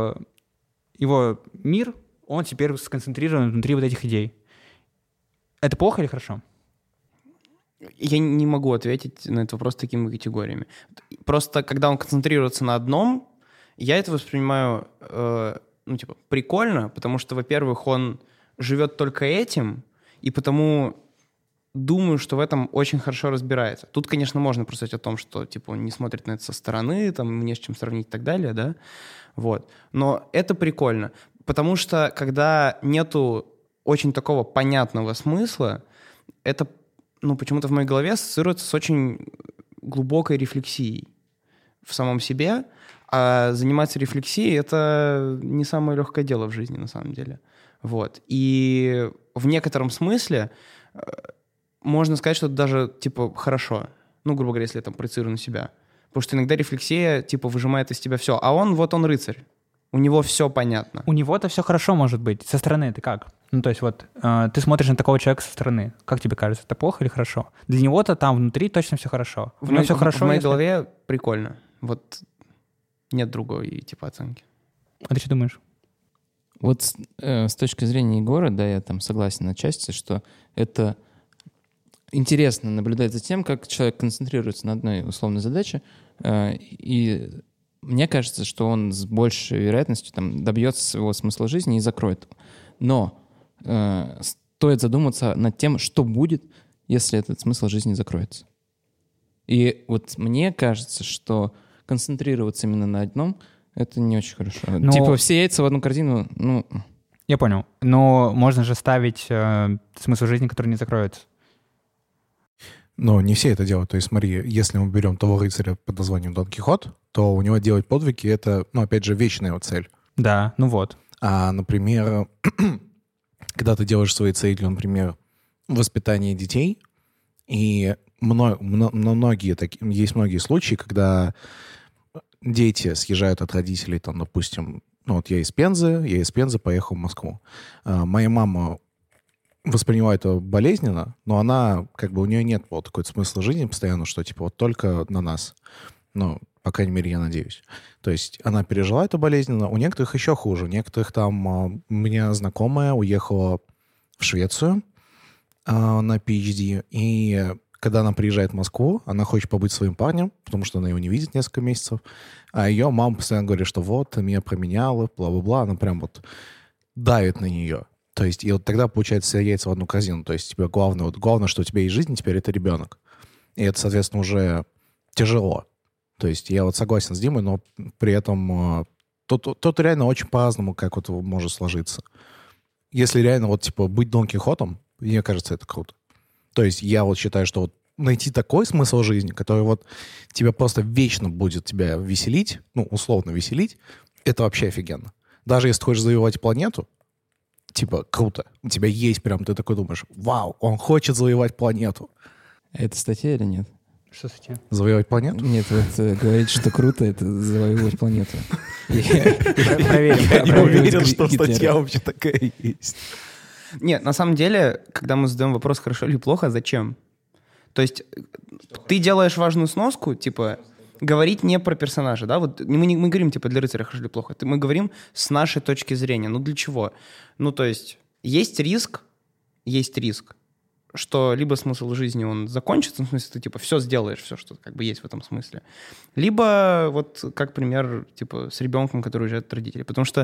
мир, он теперь сконцентрирован внутри вот этих идей. Это плохо или хорошо? Я не могу ответить на этот вопрос такими категориями. Просто когда он концентрируется на одном, я это воспринимаю, прикольно, потому что, во-первых, он живет только этим, и потому думаю, что в этом очень хорошо разбирается. Тут, конечно, можно просить о том, что, типа, он не смотрит на это со стороны, там, не с чем сравнить и так далее, да, вот. Но это прикольно, потому что, когда нету очень такого понятного смысла, это, почему-то в моей голове ассоциируется с очень глубокой рефлексией в самом себе, а заниматься рефлексией — это не самое легкое дело в жизни, на самом деле. Вот. И в некотором смысле можно сказать, что это даже, типа, хорошо. Ну, грубо говоря, если я там проецирую на себя. Потому что иногда рефлексия, типа, выжимает из тебя все. А он рыцарь. У него все понятно. У него-то все хорошо может быть. Со стороны ты как? Ну, то есть вот ты смотришь на такого человека со стороны. Как тебе кажется, это плохо или хорошо? Для него-то там внутри точно все хорошо. В моей голове прикольно. Вот нет другой типа оценки. А ты что думаешь? Вот с точки зрения Егора, да, я там согласен отчасти, что это интересно наблюдать за тем, как человек концентрируется на одной условной задаче, и мне кажется, что он с большей вероятностью там добьется своего смысла жизни и закроет его. Но стоит задуматься над тем, что будет, если этот смысл жизни закроется. И вот мне кажется, что концентрироваться именно на одном — это не очень хорошо. Но... Типа все яйца в одну корзину, ну... Я понял. Но можно же ставить смысл жизни, который не закроется. Но не все это делают. То есть смотри, если мы берем того рыцаря под названием Дон Кихот, то у него делать подвиги — это, ну, опять же, вечная его цель. Да, ну вот. А, например, когда ты делаешь своей целью, например, воспитание детей, и есть многие случаи, когда дети съезжают от родителей, там, допустим, ну вот я из Пензы поехал в Москву. Моя мама воспринимает это болезненно, но она, как бы, у нее нет вот такой смысла жизни постоянно, что, типа, вот только на нас. Ну, по крайней мере, я надеюсь. То есть она пережила это болезненно. У некоторых еще хуже. У некоторых там... У меня знакомая уехала в Швецию на PhD, и когда она приезжает в Москву, она хочет побыть своим парнем, потому что она его не видит несколько месяцев, а ее мама постоянно говорит, что вот, ты меня променяла, бла-бла-бла. Она прям вот давит на нее. То есть, и вот тогда, получается, все яйца в одну корзину. То есть тебе главное, что у тебя есть жизнь, теперь это ребенок. И это, соответственно, уже тяжело. То есть я вот согласен с Димой, но при этом тут реально очень по-разному, как вот может сложиться. Если реально вот, типа, быть Дон Кихотом, мне кажется, это круто. То есть я вот считаю, что вот найти такой смысл жизни, который вот тебя просто вечно будет тебя веселить, ну, условно веселить, это вообще офигенно. Даже если ты хочешь завоевать планету, типа, круто. У тебя есть прям, ты такой думаешь, вау, он хочет завоевать планету. Это статья или нет? Что статья? Завоевать планету? Нет, вот говорить, что круто, это завоевывать планету. Проверим. Я не уверен, что статья вообще такая есть. Нет, на самом деле, когда мы задаем вопрос, хорошо или плохо, зачем? То есть ты делаешь важную сноску, типа, говорить не про персонажа, да? Вот мы говорим, типа, для рыцаря хорошо или плохо. Мы говорим с нашей точки зрения. Ну, для чего? Ну, то есть есть риск, что либо смысл жизни, он закончится, в смысле, ты, типа, все сделаешь, все, что как бы есть в этом смысле. Либо, вот, как пример, типа, с ребенком, который уезжает от родителей. Потому что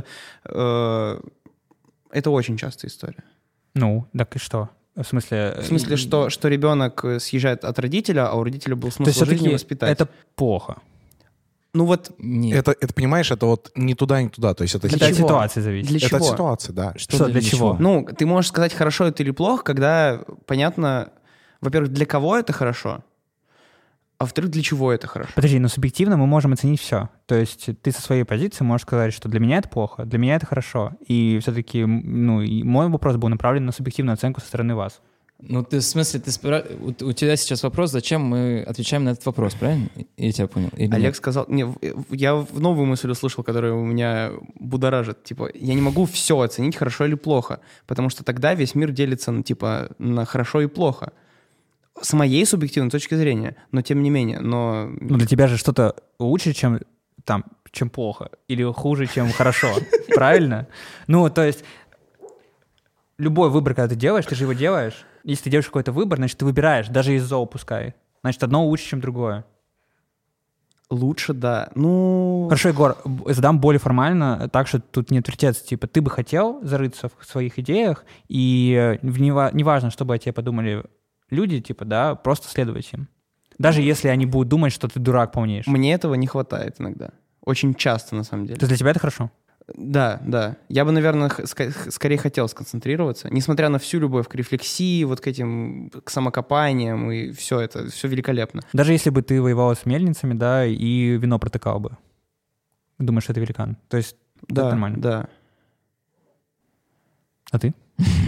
это очень частая история. Ну, так и что? В смысле, что ребенок съезжает от родителя, а у родителя был смысл жизни воспитать. Это плохо. Ну вот... Это, понимаешь, это вот не туда, не туда. То есть это от ситуации зависит. Для чего? Это от ситуации, да. Что для чего? Ну, ты можешь сказать, хорошо это или плохо, когда понятно, во-первых, для кого это хорошо, а во-вторых, для чего это хорошо. Подожди, но субъективно мы можем оценить все. То есть ты со своей позиции можешь сказать, что для меня это плохо, для меня это хорошо. И все-таки, ну, и мой вопрос был направлен на субъективную оценку со стороны вас. Ну, ты в смысле, у тебя сейчас вопрос, зачем мы отвечаем на этот вопрос, правильно? Я тебя понял. Или Олег нет? сказал... Я новую мысль услышал, которая у меня будоражит. Типа, я не могу все оценить, хорошо или плохо, потому что тогда весь мир делится, ну, типа, на хорошо и плохо. С моей субъективной точки зрения, но тем не менее, но... Ну, для тебя же что-то лучше, чем плохо, или хуже, чем хорошо, правильно? Ну, то есть любой выбор, когда ты делаешь, ты же его делаешь. Если ты делаешь какой-то выбор, значит, ты выбираешь, даже из зоо пускай. Значит, одно лучше, чем другое. Лучше, да. Ну... Хорошо, Егор, задам более формально, так что тут не отвертеться. Типа, ты бы хотел зарыться в своих идеях, и неважно, что бы о тебе подумали люди, типа, да, просто следовать им. Даже если они будут думать, что ты дурак полнейший. Мне этого не хватает иногда. Очень часто, на самом деле. То есть для тебя это хорошо? Да. Я бы, наверное, скорее хотел сконцентрироваться, несмотря на всю любовь к рефлексии, вот к самокопаниям, и все это, все великолепно. Даже если бы ты воевал с мельницами, да, и вино протыкал бы. Думаешь, это великан? То есть да, это нормально? Да. А ты?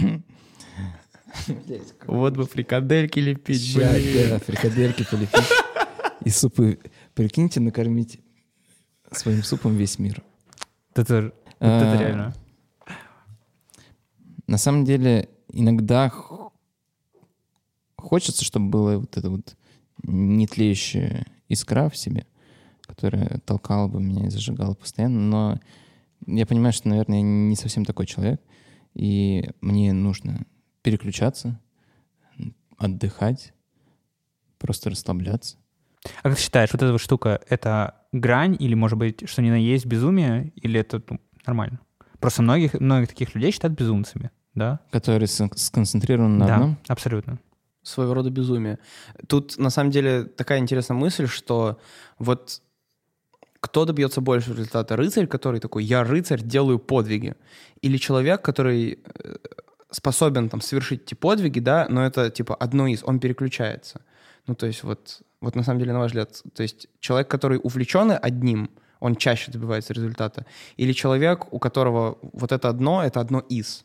Вот бы фрикадельки лепить. Ща, да, фрикадельки полепить. И супы, прикиньте, накормить своим супом весь мир. Это реально. На самом деле, иногда хочется, чтобы была вот эта вот нетлеющая искра в себе, которая толкала бы меня и зажигала постоянно, но я понимаю, что, наверное, я не совсем такой человек, и мне нужно переключаться, отдыхать, просто расслабляться. А как ты считаешь, вот эта вот штука, это грань или, может быть, что ни на есть безумие, или это нормально? Просто многих таких людей считают безумцами, да? Которые сконцентрированы на одном? Да, абсолютно. Своего рода безумие. Тут, на самом деле, такая интересная мысль, что вот кто добьется большего результата? Рыцарь, который такой, я рыцарь, делаю подвиги. Или человек, который способен там совершить эти подвиги, да, но это типа одно из, он переключается. Ну, то есть вот на самом деле, на ваш взгляд, то есть человек, который увлечен одним, он чаще добивается результата. Или человек, у которого вот это одно из.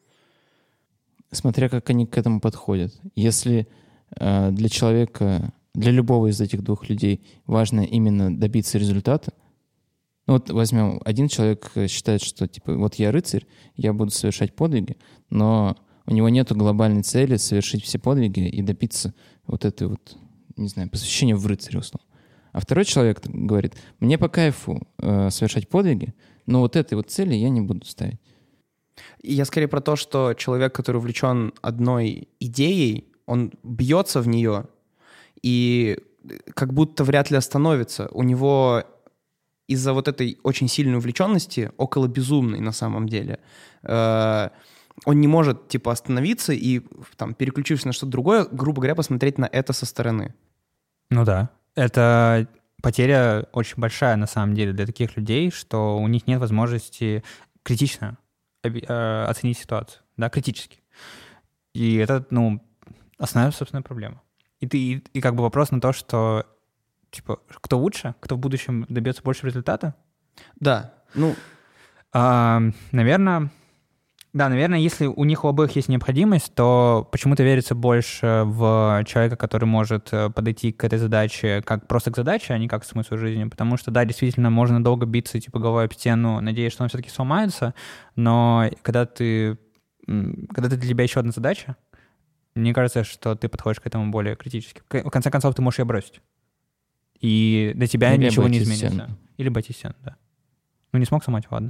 Смотря как они к этому подходят. Если для человека, для любого из этих двух людей важно именно добиться результата, ну вот возьмем, один человек считает, что типа вот я рыцарь, я буду совершать подвиги, но у него нет глобальной цели совершить все подвиги и добиться вот этой вот, не знаю, посвящения в рыцаре, условно. А второй человек говорит, мне по кайфу совершать подвиги, но вот этой вот цели я не буду ставить. Я скорее про то, что человек, который увлечен одной идеей, он бьется в нее и как будто вряд ли остановится. У него из-за вот этой очень сильной увлеченности, около безумной на самом деле, он не может типа остановиться и, там, переключившись на что-то другое, грубо говоря, посмотреть на это со стороны. Ну да. Это потеря очень большая на самом деле для таких людей, что у них нет возможности критично оценить ситуацию, да, критически. И это, основная, собственно, проблема. И как бы вопрос на то, что, типа, кто лучше, кто в будущем добьется большего результата? Да, наверное, если у них у обоих есть необходимость, то почему-то верится больше в человека, который может подойти к этой задаче как просто к задаче, а не как к смыслу жизни. Потому что, да, действительно, можно долго биться, типа, головой об стену, надеясь, что он все-таки сломается, но когда для тебя еще одна задача, мне кажется, что ты подходишь к этому более критически. В конце концов, ты можешь ее бросить. И для тебя Или ничего не обойти изменится. стену. Или обойти стену, да. Не смог сломать, ладно.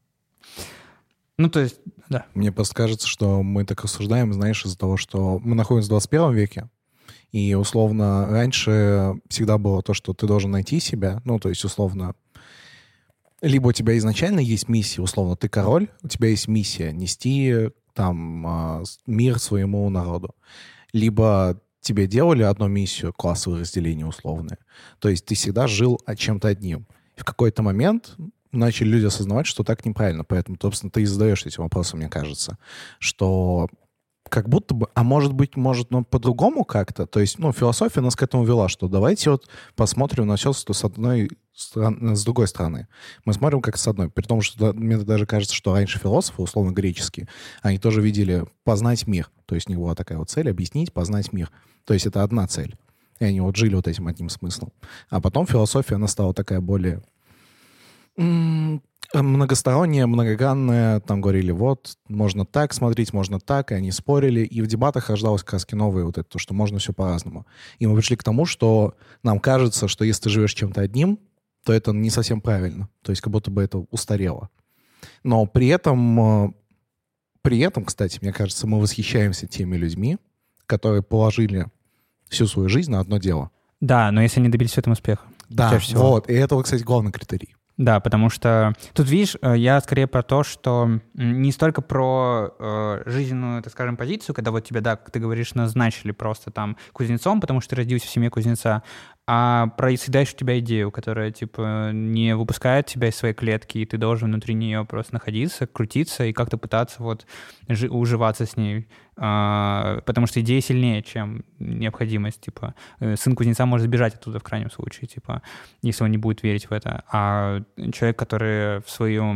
То есть, да. Мне просто кажется, что мы так рассуждаем, знаешь, из-за того, что мы находимся в 21 веке, и, условно, раньше всегда было то, что ты должен найти себя, то есть, условно, либо у тебя изначально есть миссия, условно, ты король, у тебя есть миссия нести там мир своему народу, либо тебе делали одну миссию, классовое разделение условное, то есть ты всегда жил чем-то одним. И в какой-то момент начали люди осознавать, что так неправильно. Поэтому, собственно, ты и задаешь эти вопросы, мне кажется, что как будто бы, а может быть, но по-другому как-то. То есть, философия нас к этому вела, что давайте вот посмотрим на все с другой стороны. Мы смотрим как с одной. При том, что мне даже кажется, что раньше философы, условно греческие, они тоже видели познать мир. То есть у них была такая вот цель — объяснить, познать мир. То есть это одна цель. И они вот жили вот этим одним смыслом. А потом философия, она стала такая более многосторонняя, многогранная. Там говорили, вот, можно так смотреть, можно так, и они спорили. И в дебатах рождалось как раз новое вот это, что можно все по-разному. И мы пришли к тому, что нам кажется, что если ты живешь чем-то одним, то это не совсем правильно. То есть как будто бы это устарело. Но при этом, кстати, мне кажется, мы восхищаемся теми людьми, которые положили всю свою жизнь на одно дело. Да, но если они добились в этом успеха. Да, вот. И это, кстати, главный критерий. Да, потому что тут, видишь, я скорее про то, что не столько про жизненную, так скажем, позицию, когда вот тебя, да, как ты говоришь, назначили просто там кузнецом, потому что ты родился в семье кузнеца, а про съедающую тебя идею, которая, типа, не выпускает тебя из своей клетки, и ты должен внутри нее просто находиться, крутиться и как-то пытаться вот уживаться с ней. Потому что идея сильнее, чем необходимость. Типа, сын кузнеца может сбежать оттуда в крайнем случае, типа, если он не будет верить в это. А человек, который в своем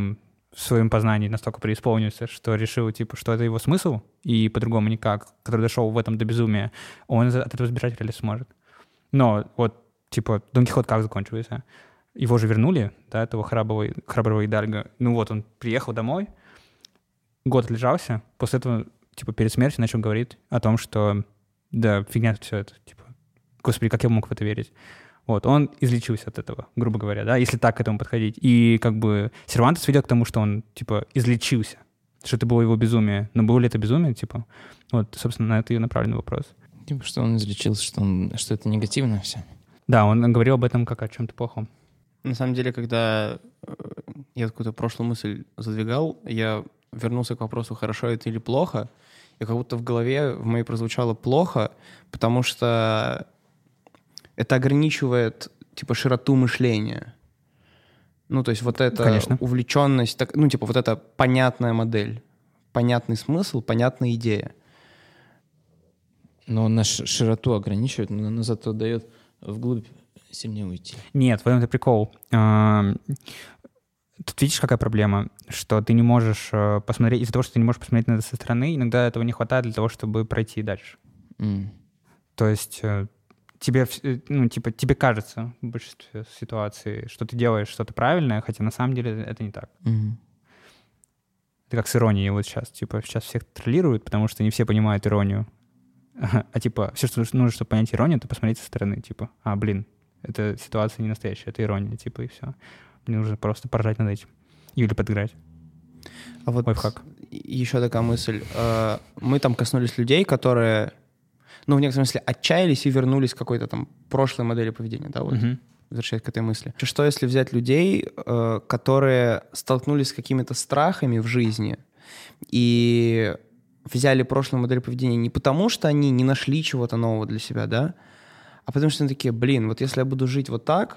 в своем познании настолько преисполнился, что решил, типа, что это его смысл, и по-другому никак, который дошел в этом до безумия, он от этого сбежать вряд ли сможет. Но вот, типа, Дон Кихот как закончился? Его же вернули, да, этого храброго Идальго. Ну вот, он приехал домой, год отлежался, после этого, типа, перед смертью начал говорить о том, что да, фигня все это, типа, господи, как я мог в это верить? Вот, он излечился от этого, грубо говоря, да, если так к этому подходить. И как бы Сервантес ведет к тому, что он, типа, излечился, что это было его безумие. Но было ли это безумие, типа? Вот, собственно, на это и направлен вопрос. Типа, что он излечился, что это негативно все. Да, он говорил об этом как о чем-то плохом. На самом деле, когда я какую-то прошлую мысль задвигал, я вернулся к вопросу, хорошо это или плохо, и как будто в голове в моей прозвучало плохо, потому что это ограничивает, типа, широту мышления. Ну, то есть вот эта Конечно. увлеченность, ну, типа, вот эта понятная модель, понятный смысл, понятная идея. Но он на широту ограничивает, но зато дает вглубь сильнее уйти. Нет, в этом-то прикол. Тут видишь, какая проблема? Что ты не можешь посмотреть, из-за того, что ты не можешь посмотреть на это со стороны, иногда этого не хватает для того, чтобы пройти дальше. То есть тебе, ну, типа, тебе кажется в большинстве ситуаций, что ты делаешь что-то правильное, хотя на самом деле это не так. Это как с иронией вот сейчас. Типа, сейчас всех троллируют, потому что не все понимают иронию. А типа, все, что нужно, чтобы понять иронию, это посмотреть со стороны. Типа, блин, эта ситуация не настоящая, это ирония, типа, и все. Мне нужно просто поржать над этим. Или подыграть. А вот лайфхак. Еще такая мысль. Мы там коснулись людей, которые, ну, в некотором смысле, отчаялись и вернулись к какой-то там прошлой модели поведения, да, вот, возвращаясь к этой мысли. Что если взять людей, которые столкнулись с какими-то страхами в жизни и взяли прошлую модель поведения не потому, что они не нашли чего-то нового для себя, да, а потому что они такие, блин, вот если я буду жить вот так,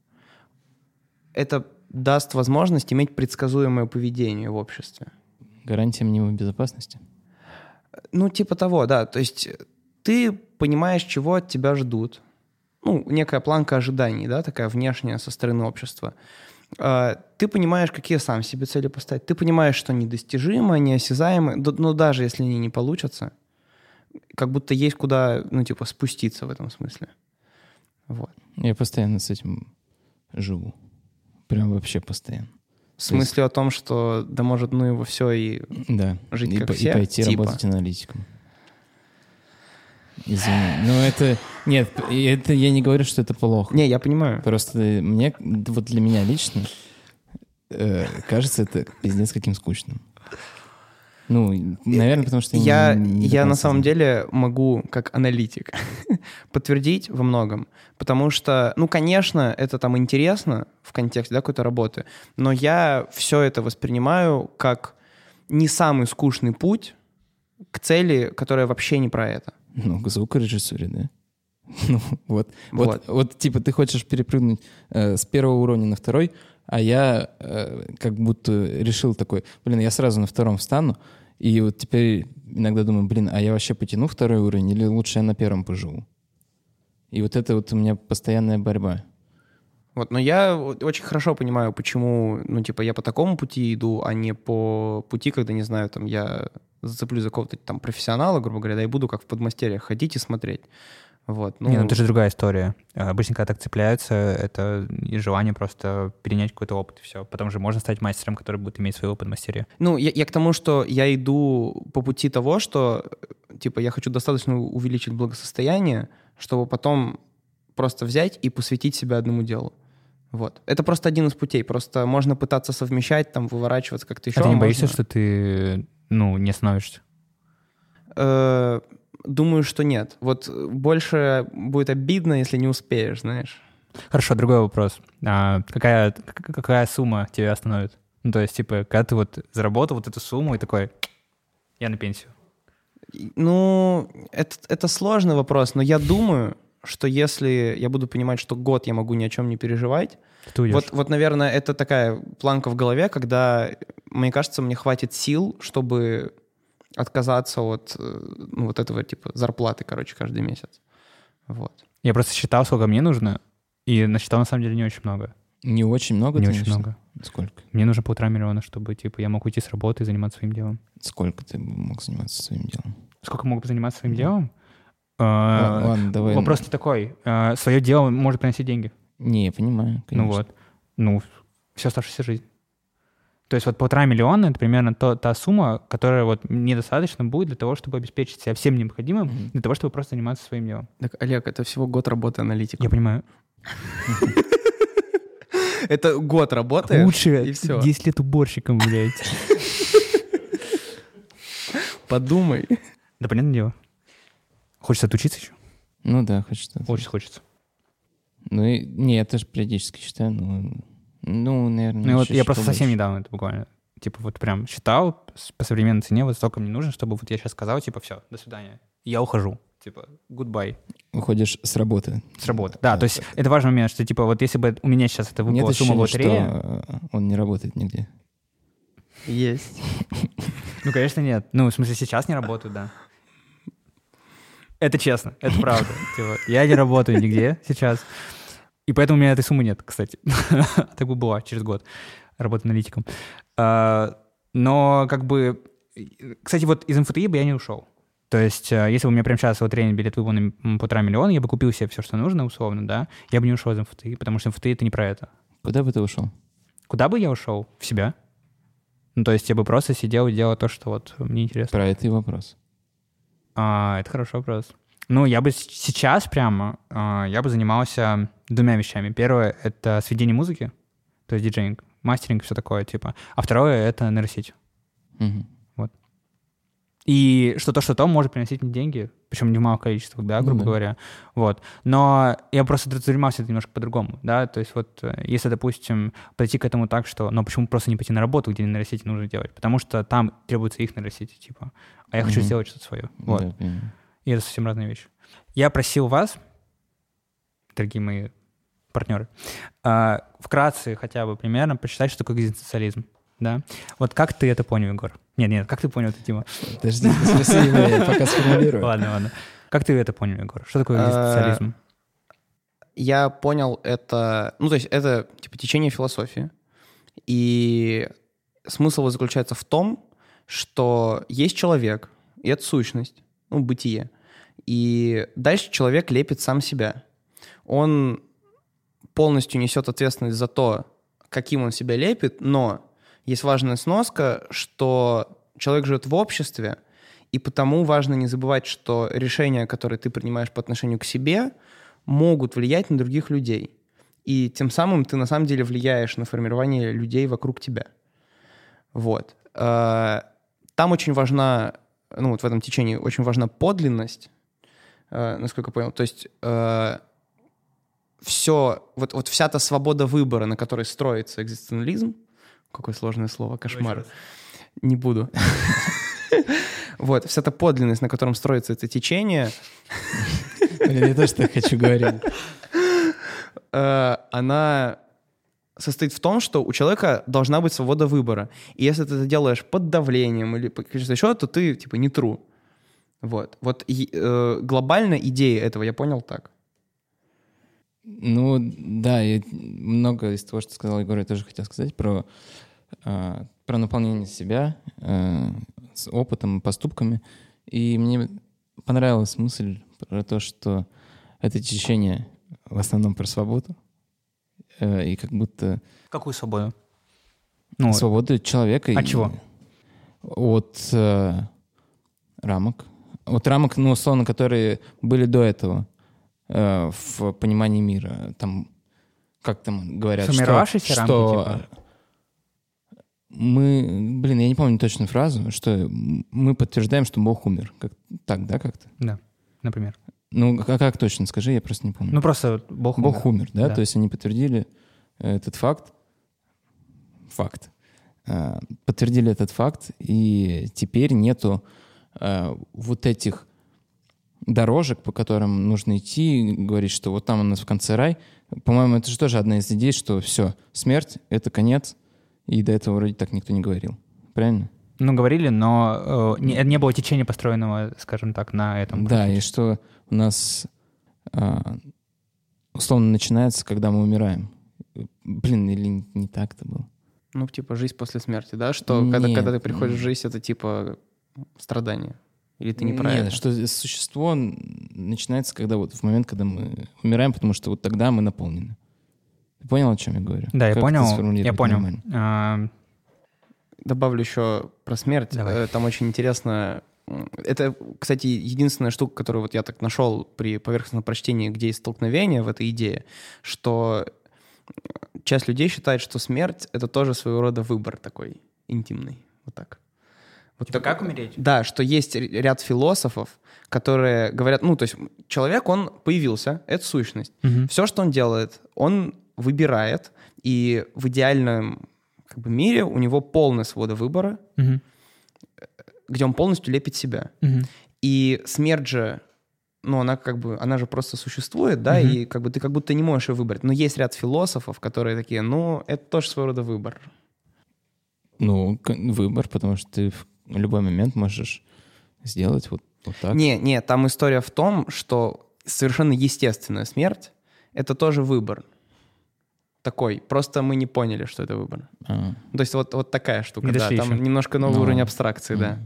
это даст возможность иметь предсказуемое поведение в обществе. Гарантия мнимой безопасности? Ну, типа того, да. То есть ты понимаешь, чего от тебя ждут. Ну, некая планка ожиданий, да, такая внешняя со стороны общества. Ты понимаешь, какие сам себе цели поставить. Ты понимаешь, что недостижимо, неосязаемо, но даже если они не получатся, как будто есть куда, ну, типа, спуститься в этом смысле. Вот. Я постоянно с этим живу. Прям вообще постоянно. В смысле о том, что да может ну его все и да. жить как все? И пойти типа. Работать аналитиком. Извини. Ну это... Нет, это я не говорю, что это плохо. Не, я понимаю. Просто мне, вот для меня лично, кажется это пиздец каким скучным. Ну, наверное, потому что я на самом деле могу, как аналитик, подтвердить во многом. Потому что, ну, конечно, это там интересно в контексте, да, какой-то работы, но я все это воспринимаю как не самый скучный путь к цели, которая вообще не про это. Ну, к звукорежиссуре, да? Ну, вот, типа, ты хочешь перепрыгнуть с первого уровня на второй, а я как будто решил такой, блин, я сразу на втором встану, и вот теперь иногда думаю, блин, а я вообще потяну второй уровень или лучше я на первом поживу? И вот это вот у меня постоянная борьба. Вот, но я очень хорошо понимаю, почему, ну, типа, я по такому пути иду, а не по пути, когда, не знаю, там, я зацеплю за какого-то там профессионала, грубо говоря, да, и буду как в подмастерьях ходить и смотреть. Вот, ну... Не, ну это же другая история. Обычно, когда так цепляются, это желание просто перенять какой-то опыт, и все. Потом же можно стать мастером, который будет иметь своего подмастерья. Ну, я к тому, что я иду по пути того, что, типа, я хочу достаточно увеличить благосостояние, чтобы потом просто взять и посвятить себя одному делу. Вот. Это просто один из путей. Просто можно пытаться совмещать, там, выворачиваться как-то еще. А ты не боишься, что ты, ну, не остановишься? Думаю, что нет. Вот больше будет обидно, если не успеешь, знаешь. Хорошо, другой вопрос. Какая сумма тебя остановит? Ну, то есть, типа, когда ты вот заработал вот эту сумму и такой, я на пенсию. Ну, это сложный вопрос, но я думаю, что если я буду понимать, что год я могу ни о чем не переживать, вот, наверное, это такая планка в голове, когда, мне кажется, мне хватит сил, чтобы отказаться от ну, вот этого типа зарплаты, короче, каждый месяц. Вот. Я просто считал, сколько мне нужно, и насчитал на самом деле не очень много. Не очень много? Не ты очень имеешь в виду? много. Сколько? Мне нужно 1,5 миллиона, чтобы, типа, я мог уйти с работы и заниматься своим делом. Сколько ты мог заниматься своим делом? Сколько мог бы заниматься своим делом? Ладно, давай. Вопрос не такой. Свое дело может приносить деньги. Не, я понимаю, конечно. Ну вот. Ну, всю оставшуюся жизнь. То есть вот 1,5 миллиона — это примерно та сумма, которая вот мне достаточно будет для того, чтобы обеспечить себя всем необходимым, для того, чтобы просто заниматься своим делом. Так, Олег, это всего год работы аналитиком. Я понимаю. Это год работаешь, Лучше и все. 10 лет уборщиком, блядь. Подумай. Да, понятное дело. Хочется отучиться еще? Ну да, хочется. Очень хочется. Ну, не, я тоже периодически считаю, ну, наверное... Ну, и вот еще я просто побольше. совсем недавно это буквально, типа, вот прям считал по современной цене, вот столько мне нужно, чтобы вот я сейчас сказал, типа, все, до свидания. Я ухожу. Типа, goodbye. Уходишь с работы. С работы. Да, то есть это важный момент, что, типа, вот если бы у меня сейчас это Нет выпала сумма в ощущения, лотерее... что он не работает нигде. Есть. Ну, конечно, нет. Ну, в смысле, сейчас не работаю, да. Это честно, это правда. Типа, я не работаю нигде сейчас. И поэтому у меня этой суммы нет, кстати. Так бы была через год работы аналитиком. Но как бы... Кстати, вот из МФТИ бы я не ушел. То есть, если бы у меня прямо сейчас лотерейный билет выпал на 1,5 миллиона, я бы купил себе все, что нужно, условно, да, я бы не ушел из МФТИ, потому что МФТИ — это не про это. Куда бы ты ушел? Куда бы я ушел? В себя. Ну, то есть я бы просто сидел и делал то, что вот мне интересно. Про это и вопрос. Это хороший вопрос. Ну, я бы сейчас прямо, я бы занимался 2 вещами. Первое — это сведение музыки, то есть диджеинг, мастеринг, все такое, типа. А второе — это нейросеть. Мгм. Вот. И что-то может приносить мне деньги, причем не в малых количествах, да, грубо говоря. Вот. Но я просто занимался это немножко по-другому, да, то есть вот если, допустим, подойти к этому так, что, ну, почему просто не пойти на работу, где нейросети нужно делать? Потому что там требуется их нейросети, типа, а я хочу сделать что-то свое. Вот. Да, понимаю. И это совсем разные вещи. Я просил вас, дорогие мои партнеры, вкратце хотя бы примерно посчитать, что такое экзистенциализм. Да? Вот как ты это понял, Егор? Нет, как ты понял это, Дима? Подожди, спроси меня, я пока сформулирую. Ладно. Как ты это понял, Егор? Что такое экзистенциализм? Я понял это... Ну, то есть это типа течение философии. И смысл его заключается в том, что есть человек, и это сущность, ну, бытие. И дальше человек лепит сам себя. Он полностью несет ответственность за то, каким он себя лепит, но есть важная сноска, что человек живет в обществе, и потому важно не забывать, что решения, которые ты принимаешь по отношению к себе, могут влиять на других людей. И тем самым ты на самом деле влияешь на формирование людей вокруг тебя. Вот. Там очень важна, ну вот в этом течении очень важна подлинность, насколько я понял. То есть все, вот вся та свобода выбора, на которой строится экзистенциализм, какое сложное слово, кошмар, не буду. Вот, вся та подлинность, на котором строится это течение... Блин, я тоже так хочу говорить. Она состоит в том, что у человека должна быть свобода выбора. И если ты это делаешь под давлением или что-то еще, то ты, типа, не true. Вот. Вот глобальная идея этого я понял так. Ну, да, и много из того, что сказал Егор, я тоже хотел сказать про наполнение себя с опытом и поступками. И мне понравилась мысль про то, что это течение в основном про свободу. И как будто... Какую свободу? Свободу человека. От чего? От рамок. От рамок, ну, условно, которые были до этого в понимании мира. Там, как там говорят, сформировавшиеся рамки, типа? Мы, я не помню точную фразу, что мы подтверждаем, что Бог умер. Так, да, как-то? Да, например. Ну, как точно, скажи, я просто не помню. Ну, просто Бог умер. Бог умер, да? То есть они подтвердили этот факт. Подтвердили этот факт, и теперь нету вот этих дорожек, по которым нужно идти, говорить, что вот там у нас в конце рай. По-моему, это же тоже одна из идей, что все, смерть — это конец, и до этого вроде так никто не говорил. Правильно? Ну, говорили, но не было течения, построенного, скажем так, на этом. Да, и что у нас условно начинается, когда мы умираем. Блин, или не так-то было? Ну, типа, жизнь после смерти, да? Что когда ты приходишь в жизнь, это типа страдание? Или ты неправильно? Нет, что существо начинается когда вот в момент, когда мы умираем, потому что вот тогда мы наполнены. Ты понял, о чем я говорю? Да, Как я понял. это сформулировать нормально? Добавлю еще про смерть. Давай. Там очень интересно. Это, кстати, единственная штука, которую вот я так нашел при поверхностном прочтении, где есть столкновение в этой идее, что часть людей считает, что смерть — это тоже своего рода выбор такой интимный. Вот так. Вот Типа, такой. как умереть? Да, что есть ряд философов, которые говорят, ну, то есть человек, он появился, это сущность. Мгм. Все, что он делает, он выбирает, и в идеальном как бы мире у него полная свобода выбора, Мгм. где он полностью лепит себя. Мгм. И смерть же, ну, она же просто существует, да, Мгм. и как бы ты как будто не можешь ее выбрать. Но есть ряд философов, которые такие, ну, это тоже своего рода выбор. Ну, выбор, потому что ты в любой момент можешь сделать вот так. Не, там история в том, что совершенно естественная смерть — это тоже выбор. Такой. Просто мы не поняли, что это выбор. А. То есть вот такая штука, Не да. дошли Там еще. немножко новый Ну, уровень абстракции, да.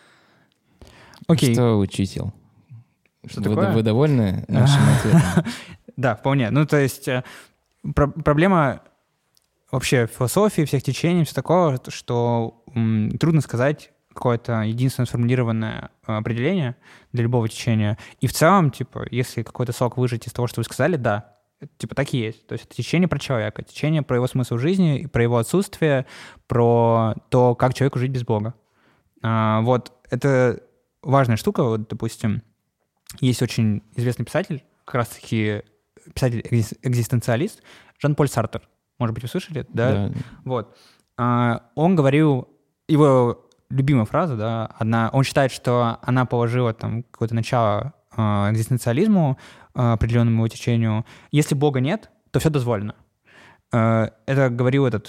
Окей. Что, учитель? Что такое? Вы довольны нашим ответом? Да, вполне. Ну, то есть проблема вообще философии, всех течений, все такого, что трудно сказать какое-то единственно сформулированное определение для любого течения. И в целом, типа, если какой-то сок выжать из того, что вы сказали, да, типа так и есть. То есть это течение про человека, течение про его смысл жизни, и про его отсутствие, про то, как человеку жить без Бога. Вот это важная штука. Вот, допустим, есть очень известный писатель, как раз-таки писатель-экзистенциалист, Жан-Поль Сартр. Может быть, вы слышали? Да. Вот. Он говорил, его любимая фраза, да, он считает, что она положила там какое-то начало экзистенциализму, определенному его течению. Если Бога нет, то все дозволено. Это говорил Кто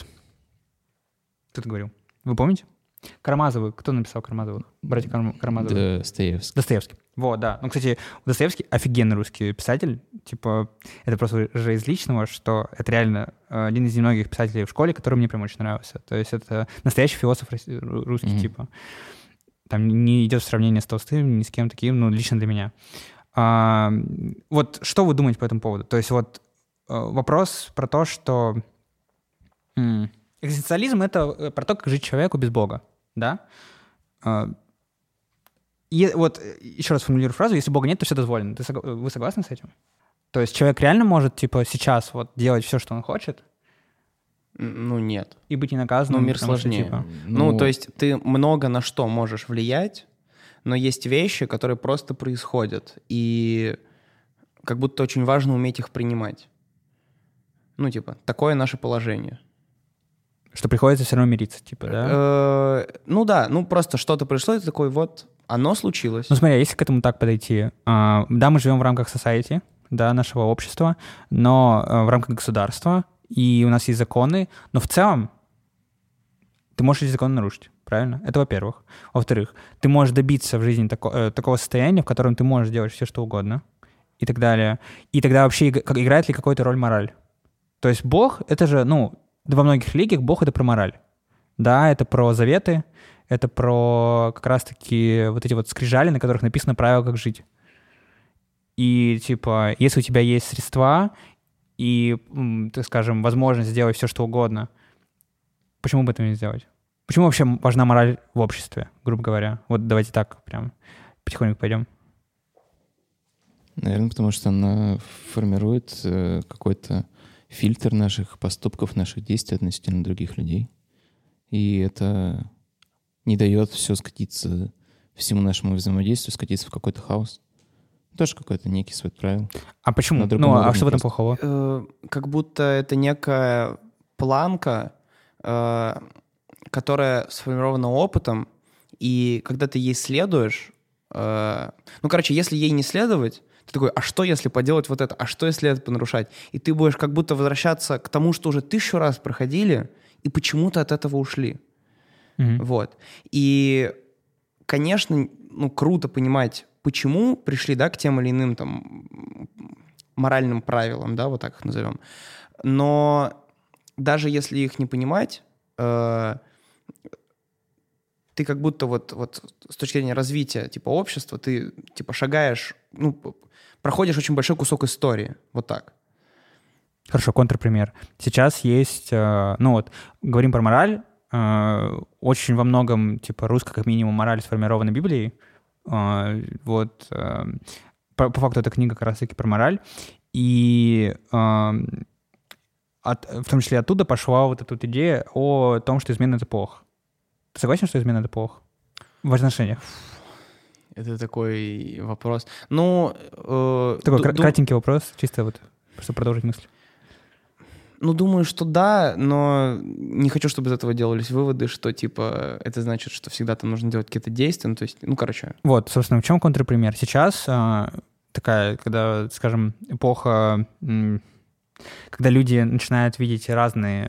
это говорил? Вы помните? Карамазовы. Кто написал Карамазовых? Братья Карамазовы. Достоевский. Вот, да. Ну, кстати, Достоевский офигенный русский писатель. Типа, это просто уже из личного, что это реально один из немногих писателей в школе, который мне прям очень нравился. То есть это настоящий философ русский, типа. Там не идет сравнение с Толстым, ни с кем таким, ну, лично для меня. Вот что вы думаете по этому поводу? То есть вот вопрос про то, что экзистенциализм — это про то, как жить человеку без Бога, да? И вот еще раз формулирую фразу: если Бога нет, то все дозволено. Вы согласны с этим? То есть человек реально может, типа, сейчас вот делать все, что он хочет? Ну, нет. И быть не наказанным? Ну, мир сложнее. Типа... Ну, то есть ты много на что можешь влиять, но есть вещи, которые просто происходят, и как будто очень важно уметь их принимать. Ну, типа, такое наше положение. Что приходится все равно мириться, типа, да? Ну да, ну просто что-то пришло, и ты такой, вот, оно случилось. Ну смотри, если к этому так подойти, да, мы живем в рамках society, да, нашего общества, но в рамках государства, и у нас есть законы, но в целом ты можешь эти законы нарушить, правильно? Это во-первых. Во-вторых, ты можешь добиться в жизни такого состояния, в котором ты можешь делать все, что угодно, и так далее. И тогда вообще играет ли какую-то роль мораль? То есть Бог — это же, ну, во многих религиях Бог — это про мораль. Да, это про заветы, это про как раз-таки вот эти вот скрижали, на которых написано правила, как жить. И, типа, если у тебя есть средства и, так скажем, возможность сделать все, что угодно, почему бы этого не сделать? Почему вообще важна мораль в обществе, грубо говоря? Вот давайте так прям потихоньку пойдем. Наверное, потому что она формирует какой-то фильтр наших поступков, наших действий относительно других людей. И это не дает все скатиться, всему нашему взаимодействию скатиться в какой-то хаос. Тоже какой-то некий свой правил. А почему? Ну, а что в этом плохого? Как будто это некая планка, которая сформирована опытом, и когда ты ей следуешь... Ну, короче, если ей не следовать, ты такой, а что, если поделать вот это? А что, если это понарушать? И ты будешь как будто возвращаться к тому, что уже 1000 раз проходили, и почему-то от этого ушли. Вот. И, конечно, ну, круто понимать, почему пришли, да, к тем или иным там моральным правилам, да, вот так их назовем. Но даже если их не понимать, ты как будто вот с точки зрения развития типа общества, ты типа шагаешь, проходишь очень большой кусок истории, вот так. Хорошо, контрпример. Сейчас есть, говорим про мораль, очень во многом, типа, русская, как минимум, мораль сформирована Библией. По факту эта книга как раз-таки про мораль. И в том числе оттуда пошла вот эта вот идея о том, что измена — это плохо. Ты согласен, что измена — это плохо? В отношениях. Это такой вопрос. Кратенький вопрос, чисто вот, чтобы продолжить мысль. Думаю, что да, но не хочу, чтобы из этого делались выводы, что, типа, это значит, что всегда там нужно делать какие-то действия. То есть, Вот, собственно, в чем контрпример? Сейчас такая, когда, скажем, эпоха, когда люди начинают видеть разные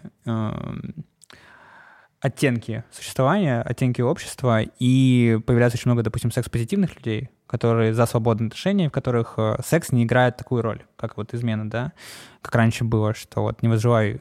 оттенки существования, оттенки общества, и появляется очень много, допустим, секс-позитивных людей, которые за свободные отношения, в которых секс не играет такую роль, как вот измена, да, как раньше было, что вот не возжелай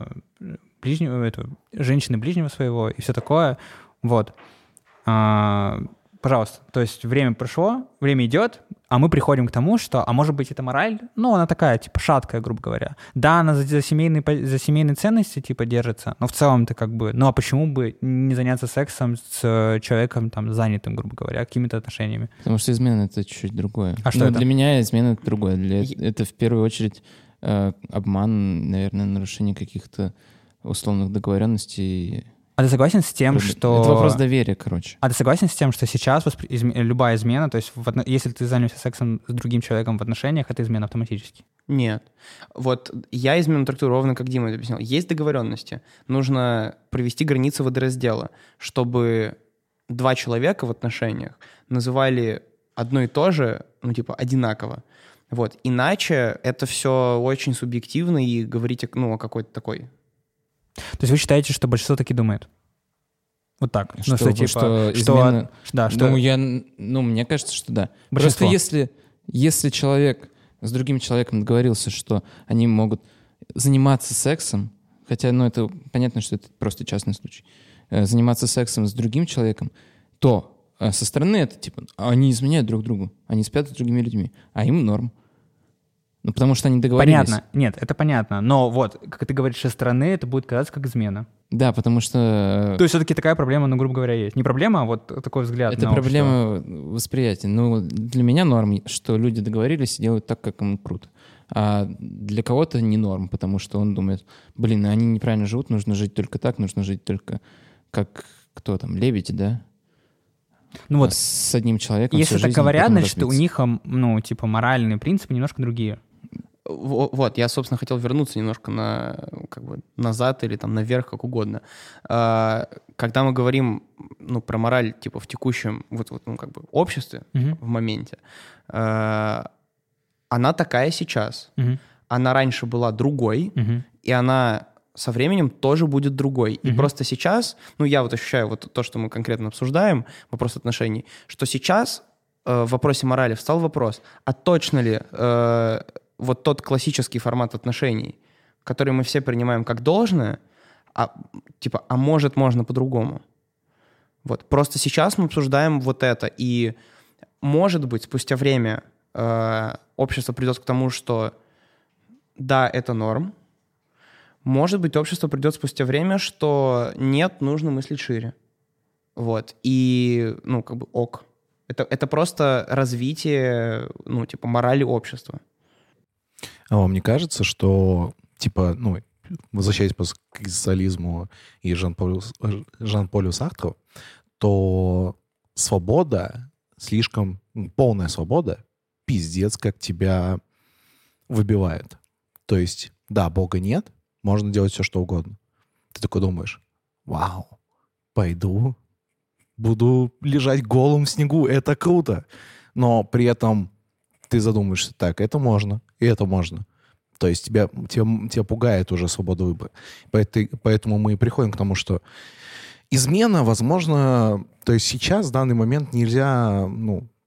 женщины ближнего своего и все такое, вот. Пожалуйста, то есть время прошло, время идет, а мы приходим к тому, что, может быть, это мораль, она такая, типа, шаткая, грубо говоря. Да, она за семейные ценности, типа, держится, но в целом-то как бы, а почему бы не заняться сексом с человеком, там, занятым, грубо говоря, какими-то отношениями? Потому что измена — это чуть-чуть другое. А что это? Для меня измена — это другое. Это в первую очередь обман, наверное, нарушение каких-то условных договоренностей. А ты согласен с тем, что... Это вопрос доверия, короче. А ты согласен с тем, что сейчас любая измена, то есть если ты занялся сексом с другим человеком в отношениях, это измена автоматически? Нет. Вот я измену трактую ровно, как Дима это объяснил. Есть договоренности. Нужно провести границы водораздела, чтобы два человека в отношениях называли одно и то же, одинаково. Вот. Иначе это все очень субъективно, и говорить о какой-то такой... То есть вы считаете, что большинство таки думает? Вот так. Что измена... Мне кажется, что да. Большинство. Просто если человек с другим человеком договорился, что они могут заниматься сексом, хотя, это понятно, что это просто частный случай, заниматься сексом с другим человеком, то со стороны это типа, они изменяют друг другу, они спят с другими людьми, а им норм. Потому что они договорились. Понятно. Нет, это понятно. Но вот, как ты говоришь, со стороны это будет казаться как измена. Да, потому что... То есть все-таки такая проблема, грубо говоря, есть. Не проблема, а вот такой взгляд это на проблема восприятия. Для меня норм, что люди договорились и делают так, как им круто. А для кого-то не норм, потому что он думает, они неправильно живут, нужно жить только так, нужно жить только как кто там, лебедь, да? С одним человеком. Если так говорят, значит, у них, моральные принципы немножко другие. Вот, я, собственно, хотел вернуться немножко назад или там наверх, как угодно. Когда мы говорим, про мораль, типа, в текущем, обществе, в моменте, она такая сейчас. Она раньше была другой, и она со временем тоже будет другой. И просто сейчас, я ощущаю то, что мы конкретно обсуждаем, вопрос отношений, что сейчас в вопросе морали встал вопрос, а точно ли вот тот классический формат отношений, который мы все принимаем как должное, а может, можно по-другому. Вот. Просто сейчас мы обсуждаем вот это, и, может быть, спустя время общество придет к тому, что да, это норм. Может быть, общество придет спустя время, что нет, нужно мыслить шире. Вот. И, ок. Это просто развитие, морали общества. А вам не кажется, что, возвращаясь к экзистенциализму и Жан-Полю Сартру, то свобода, слишком полная свобода, пиздец, как тебя выбивает. То есть, да, Бога нет, можно делать все, что угодно. Ты такой думаешь, вау, пойду, буду лежать голым в снегу, это круто. Но при этом ты задумаешься, так, это можно, и это можно. То есть тебя пугает уже свобода выбора. Поэтому мы и приходим к тому, что измена, возможно, то есть сейчас, в данный момент нельзя,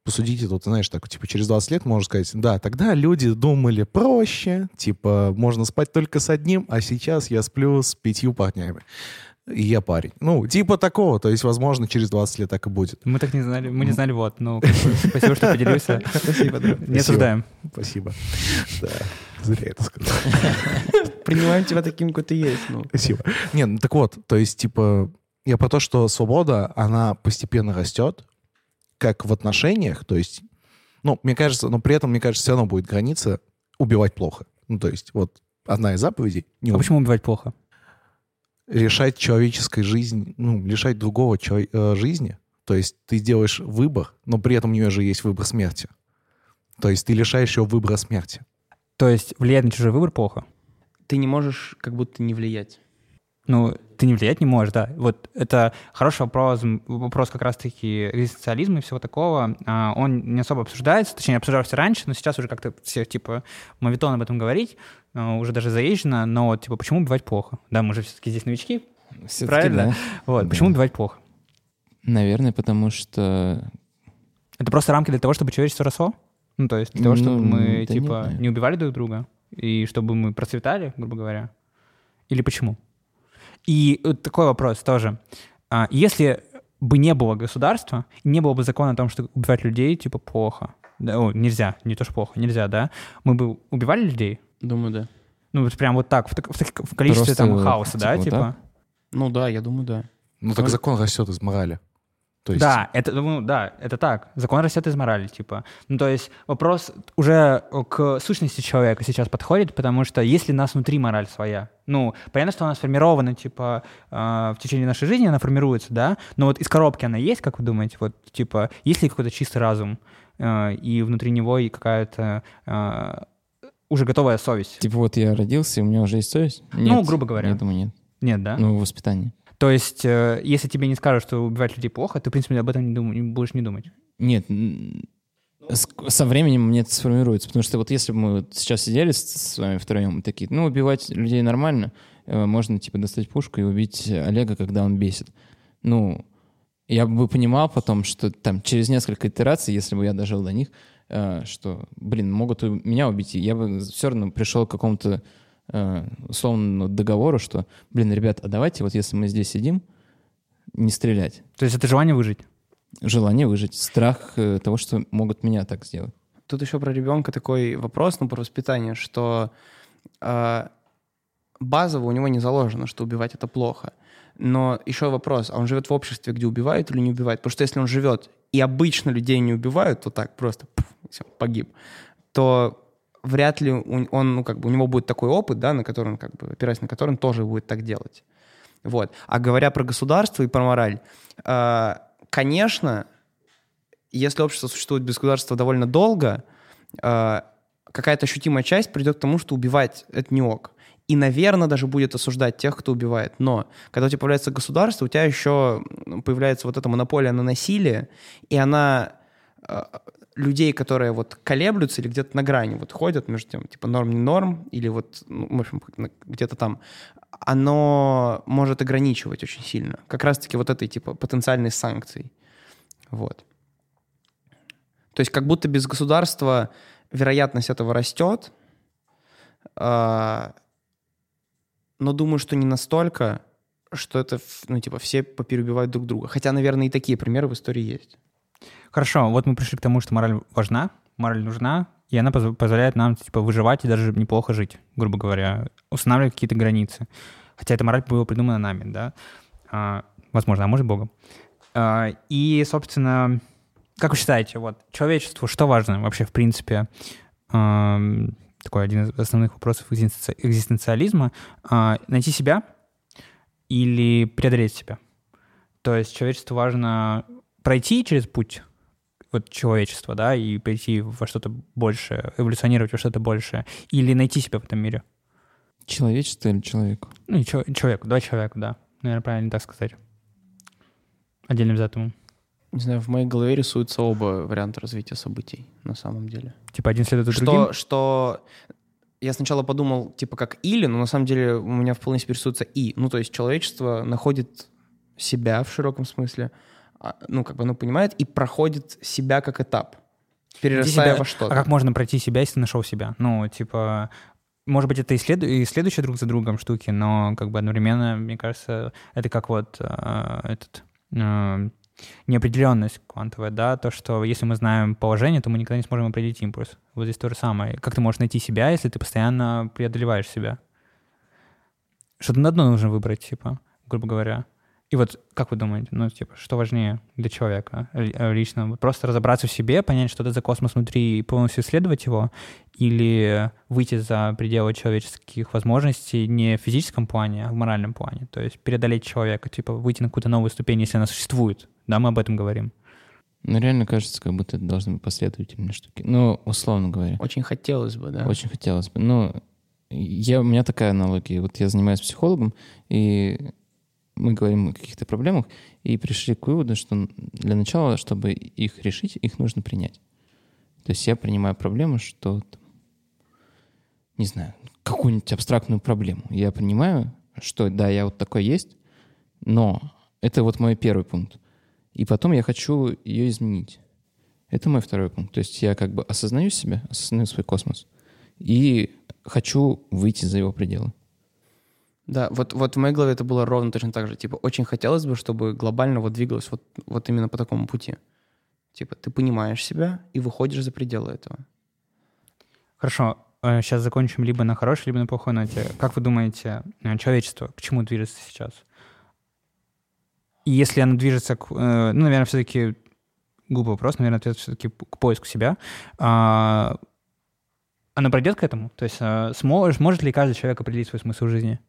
посудите тут, знаешь, так, типа, через 20 лет можно сказать, да, тогда люди думали проще, типа, можно спать только с одним, а сейчас я сплю с 5 парнями. И я парень. Ну, типа такого. То есть, возможно, через 20 лет так и будет. Мы так не знали. Мы не знали, вот. Ну, спасибо, что поделился. Спасибо, да. Не осуждаем. Спасибо. Да, зря это сказал. Принимаем тебя таким, какой ты есть. Ну. Спасибо. Не, ну так вот, то есть, типа, я про то, что свобода, она постепенно растет, как в отношениях, то есть, ну, мне кажется, но при этом, мне кажется, все равно будет граница убивать плохо. Ну, то есть, вот одна из заповедей. А почему убивать плохо? Лишать человеческой жизни, ну, лишать другого жизни. То есть ты делаешь выбор, но при этом у нее же есть выбор смерти. То есть ты лишаешь ее выбора смерти. То есть влиять на чужой выбор плохо? Ты не можешь как будто не влиять. Ну, ты не влиять не можешь, да. Вот это хороший вопрос как раз-таки экзистенциализма и всего такого. Он не особо обсуждается, точнее, обсуждался раньше, но сейчас уже как-то все, типа, моветон об этом говорить, уже даже заезжено, но вот, типа, почему убивать плохо? Да, мы же все-таки здесь новички, Все-таки правильно? да. Вот, Да. почему убивать плохо? Наверное, потому что... Это просто рамки для того, чтобы человечество росло? Ну, то есть для того, чтобы Ну, мы, да типа, нет, не убивали друг друга, и чтобы мы процветали, грубо говоря? Или почему? И такой вопрос тоже. Если бы не было государства, не было бы закона о том, что убивать людей, типа, плохо. Да, нельзя, не то, что плохо, нельзя, да? Мы бы убивали людей? Думаю, да. Ну, вот прям вот так, в количестве Просто, там хаоса, да, вот типа? так? Ну да, я думаю, да. Ну так закон растет из морали. То есть, Да, это так. Закон растет из морали, типа. Ну, то есть вопрос уже к сущности человека сейчас подходит, потому что если у нас внутри мораль своя, ну, понятно, что она сформирована, типа, в течение нашей жизни она формируется, да, но вот из коробки она есть, как вы думаете? Вот, типа, есть ли какой-то чистый разум, и внутри него и какая-то уже готовая совесть? Типа вот я родился, и у меня уже есть совесть? Ну, Нет, грубо говоря. Я думаю, нет. Нет, да? Ну, воспитание. То есть, если тебе не скажут, что убивать людей плохо, ты, в принципе, об этом будешь не думать. Нет, со временем мне это сформируется, потому что вот если бы мы вот сейчас сидели с вами втроем, такие, ну, убивать людей нормально, можно, типа, достать пушку и убить Олега, когда он бесит. Ну, я бы понимал потом, что там через несколько итераций, если бы я дожил до них, что, блин, могут меня убить, и я бы все равно пришел к какому-то условному договору, что, блин, ребят, а давайте вот если мы здесь сидим, не стрелять. То есть это желание выжить. Желание выжить, страх того, что могут меня так сделать. Тут еще про ребенка такой вопрос, ну, про воспитание, что базово у него не заложено, что убивать это плохо. Но еще вопрос, а он живет в обществе, где убивают или не убивают? Потому что если он живет, и обычно людей не убивают, то так просто все, погиб, то вряд ли он, ну, как бы, у него будет такой опыт, да, на который он, как бы, опираясь на который он тоже будет так делать. Вот. А говоря про государство и про мораль, конечно, если общество существует без государства довольно долго, какая-то ощутимая часть придет к тому, что убивать — это не ок. И, наверное, даже будет осуждать тех, кто убивает. Но когда у тебя появляется государство, у тебя еще появляется вот эта монополия на насилие, и она людей, которые вот колеблются или где-то на грани вот ходят между тем, типа норм, не норм, или вот, ну, в общем, где-то там, оно может ограничивать очень сильно. Как раз-таки вот этой, типа, потенциальной санкцией. Вот. То есть как будто без государства вероятность этого растет, но думаю, что не настолько, что это, ну, типа, все попереубивают друг друга. Хотя, наверное, и такие примеры в истории есть. Хорошо, вот мы пришли к тому, что мораль важна, мораль нужна, и она позволяет нам, типа, выживать и даже неплохо жить, грубо говоря, устанавливать какие-то границы. Хотя эта мораль была придумана нами, да? Возможно, а может, Богом. И, собственно, как вы считаете, вот, человечеству что важно вообще, в принципе, такой один из основных вопросов экзистенциализма, найти себя или преодолеть себя? То есть человечеству важно пройти через путь вот человечества, да, и прийти во что-то большее, эволюционировать во что-то большее, или найти себя в этом мире? Человечество или человеку? Ну, и человеку, давай человеку, да. Наверное, правильно так сказать. Отдельным взятому. Не знаю, в моей голове рисуются оба варианта развития событий на самом деле. Типа один следует за другим? Что я сначала подумал, типа, как или, но на самом деле у меня вполне себе рисуется и. Ну, то есть человечество находит себя в широком смысле, понимает и проходит себя как этап, Пройти перерастая себя- во что-то. А как можно пройти себя, если ты нашел себя? Ну, типа, может быть, это и следующие друг за другом штуки, но как бы одновременно, мне кажется, это как вот неопределенность квантовая, да, то, что если мы знаем положение, то мы никогда не сможем определить импульс. Вот здесь то же самое. Как ты можешь найти себя, если ты постоянно преодолеваешь себя? Что-то на одно нужно выбрать, типа, грубо говоря. И вот как вы думаете, ну, типа, что важнее для человека лично? Вот просто разобраться в себе, понять, что это за космос внутри и полностью исследовать его, или выйти за пределы человеческих возможностей не в физическом плане, а в моральном плане? То есть преодолеть человека, типа, выйти на какую-то новую ступень, если она существует. Да, мы об этом говорим. Ну, реально кажется, как будто это должны быть последовательные штуки. Ну, условно говоря. Очень хотелось бы, да. Очень хотелось бы. Ну, у меня такая аналогия. Вот я занимаюсь психологом, и мы говорим о каких-то проблемах, и пришли к выводу, что для начала, чтобы их решить, их нужно принять. То есть я принимаю проблему, что, не знаю, какую-нибудь абстрактную проблему. Я понимаю, что да, я вот такой есть, но это вот мой первый пункт. И потом я хочу ее изменить. Это мой второй пункт. То есть я как бы осознаю себя, осознаю свой космос и хочу выйти за его пределы. Да, вот в моей голове это было ровно точно так же. Типа, очень хотелось бы, чтобы глобально вот двигалось вот именно по такому пути. Типа, ты понимаешь себя и выходишь за пределы этого. Хорошо, сейчас закончим либо на хорошей, либо на плохой ноте. Как вы думаете, человечество к чему движется сейчас? И если оно движется ну, наверное, все-таки глупый вопрос, наверное, ответ все-таки к поиску себя. Оно пройдет к этому? То есть может ли каждый человек определить свой смысл жизни?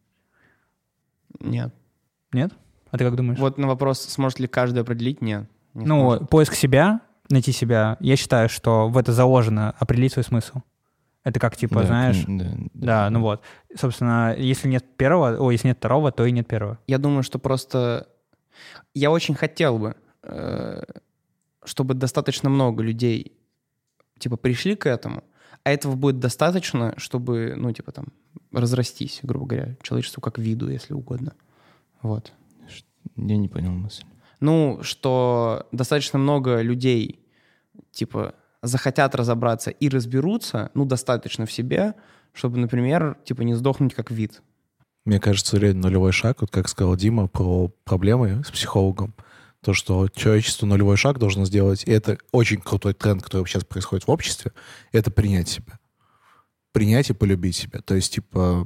Нет. Нет? А ты как думаешь? Вот на вопрос, сможет ли каждый определить, нет. Не Ну, сможет. поиск себя, найти себя, я считаю, что в это заложено определить свой смысл. Это как, типа, Да, знаешь... Да. Ну вот. Собственно, если нет если нет второго, то и нет первого. Я думаю, что просто... Я очень хотел бы, чтобы достаточно много людей, типа, пришли к этому, а этого будет достаточно, чтобы, ну, типа, там, разрастись, грубо говоря, человечеству как виду, если угодно. Вот. Я не понял мысль. Ну, что достаточно много людей, типа, захотят разобраться и разберутся, ну, достаточно в себе, чтобы, например, типа, не сдохнуть как вид. Мне кажется, реально нулевой шаг, вот как сказал Дима про проблемы с психологом, то, что человечество нулевой шаг должно сделать, и это очень крутой тренд, который сейчас происходит в обществе, это принять себя. Принять и полюбить себя. То есть, типа,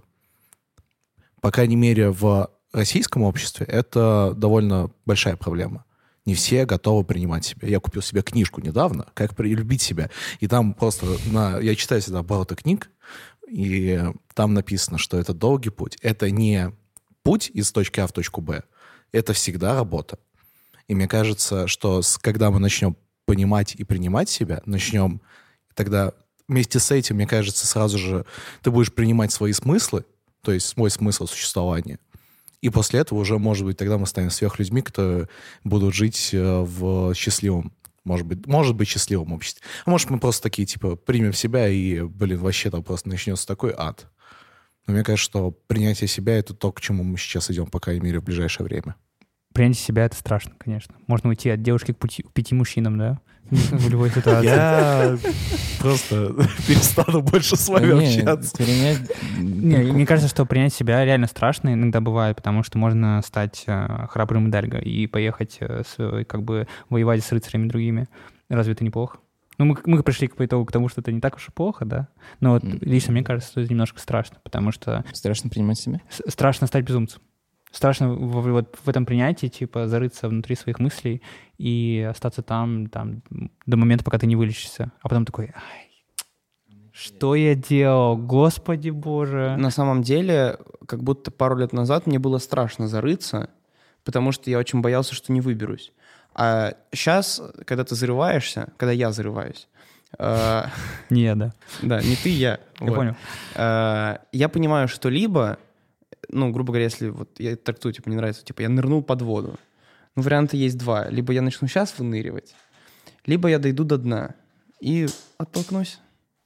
по крайней мере, в российском обществе это довольно большая проблема. Не все готовы принимать себя. Я купил себе книжку недавно «Как любить себя». И там просто... Я читаю всегда обороты книг, и там написано, что это долгий путь. Это не путь из точки А в точку Б. Это всегда работа. И мне кажется, что когда мы начнем понимать и принимать себя, начнем тогда вместе с этим, мне кажется, сразу же ты будешь принимать свои смыслы, то есть свой смысл существования. И после этого уже, может быть, тогда мы станем сверхлюдьми, которые будут жить в счастливом, может быть, счастливом обществе. А может, мы просто такие, типа, примем себя, и, вообще там просто начнется такой ад. Но мне кажется, что принятие себя — это то, к чему мы сейчас идем, по крайней мере, в ближайшее время. Принять себя — это страшно, конечно. Можно уйти от девушки к 5 мужчинам, да? В любой ситуации. Я просто перестану больше с вами общаться. Не, мне кажется, что принять себя реально страшно иногда бывает, потому что можно стать храбрым Дальго и поехать как бы воевать с рыцарями другими. Разве это неплохо? Ну, мы пришли по итогу к тому, что это не так уж и плохо, да? Но вот лично мне кажется, что это немножко страшно, потому что... Страшно принимать себя? Страшно стать безумцем. Страшно вот в этом принятии, типа, зарыться внутри своих мыслей и остаться там до момента, пока ты не вылечишься. А потом такой, что я делал? Господи Боже. На самом деле, как будто пару лет назад мне было страшно зарыться, потому что я очень боялся, что не выберусь. А сейчас, когда ты зарываешься, когда я зарываюсь... Не я, да. Да, не ты, я. Я понял. Я понимаю, что либо... Ну, грубо говоря, если вот я трактую, типа, мне нравится, типа, я нырнул под воду. Ну, варианта есть два. Либо я начну сейчас выныривать, либо я дойду до дна и оттолкнусь.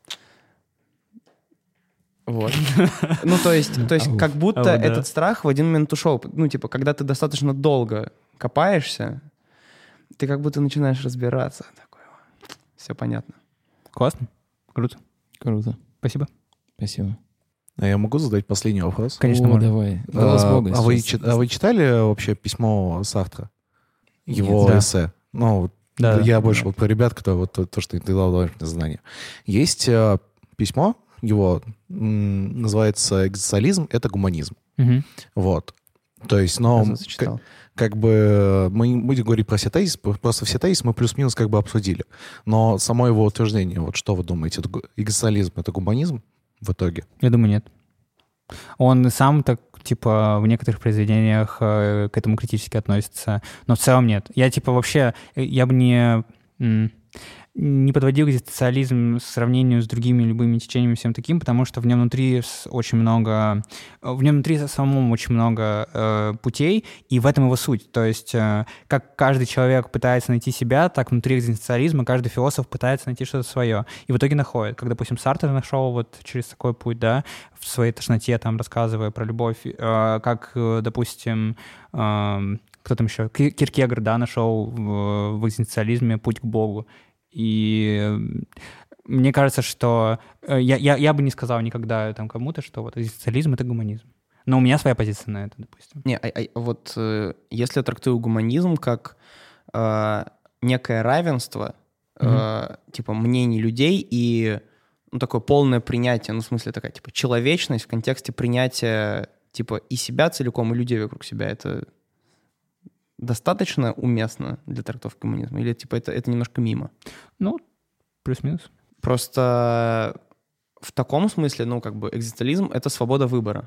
Вот. Ну, то есть как будто этот страх в один момент ушел. Ну, типа, когда ты достаточно долго копаешься, Ты как будто начинаешь разбираться. Такое. Все понятно. Классно. Круто. Круто. Спасибо. Спасибо. А я могу задать последний вопрос? Конечно, О, можно. давай. Голос Бога. А вы сейчас. читали вообще письмо Сартра? Его Нет. эссе? Ну, вот Да. я больше вот про ребят, которые вот то, что ты дал знания. Есть письмо, его называется «Экзистенциализм — это гуманизм». Мгм. Вот. То есть, но Оказывается, читал. как бы мы не будем говорить про все тезисы, просто все тезисы мы плюс-минус как бы обсудили. Но само его утверждение, вот что вы думаете, экзистенциализм — это гуманизм в итоге? Я думаю, нет. Он сам так, типа, в некоторых произведениях к этому критически относится, но в целом нет. Я, типа, вообще, я бы не подводил экзистенциализм к сравнению с другими любыми течениями, всем таким, потому что в нем внутри очень много, в нем внутри самому очень много путей, и в этом его суть. То есть как каждый человек пытается найти себя, так внутри экзистенциализма каждый философ пытается найти что-то свое, и в итоге находит. Как, допустим, Сартр нашел вот через такой путь, да, в своей тошноте, там, рассказывая про любовь, как, допустим, кто там еще? Киркегор, да, нашел в экзистенциализме путь к Богу. И мне кажется, что я бы не сказал никогда там кому-то, что вот экзистенциализм — это гуманизм. Но у меня своя позиция на это, допустим. Не, вот если я трактую гуманизм как некое равенство, типа, мнений людей и такое полное принятие, ну, в смысле такая, типа, человечность в контексте принятия, типа, и себя целиком, и людей вокруг себя, это достаточно уместно для трактовки гуманизма? Или, типа, это немножко мимо? Ну, плюс-минус. Просто в таком смысле, ну, как бы, экзистенциализм — это свобода выбора,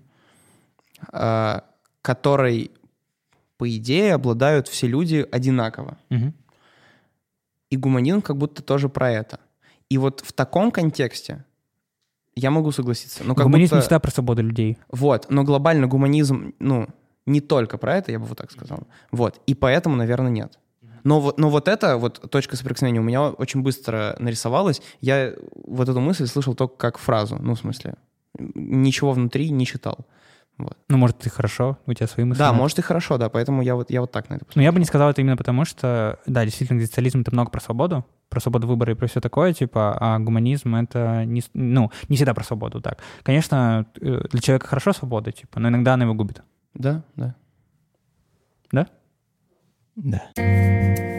которой, по идее, обладают все люди одинаково. И гуманизм как будто тоже про это. И вот в таком контексте я могу согласиться. Но как гуманизм будто... не всегда про свободу людей. Вот, но глобально гуманизм, ну, не только про это, я бы вот так сказал. Вот, и поэтому, наверное, нет. Но вот эта вот точка соприкосновения у меня очень быстро нарисовалась. Я вот эту мысль слышал только как фразу, ну, в смысле, ничего внутри не читал. Вот. Ну, может, и хорошо, у тебя свои мысли. Да, может и хорошо, да, поэтому я вот так на это посмотрел. Но я бы не сказал это именно потому, что, да, действительно, экзистенциализм — это много про свободу выбора и про все такое, типа, а гуманизм — это не всегда про свободу, так. Конечно, для человека хорошо свобода, типа, но иногда она его губит. Да, да. Да? Да.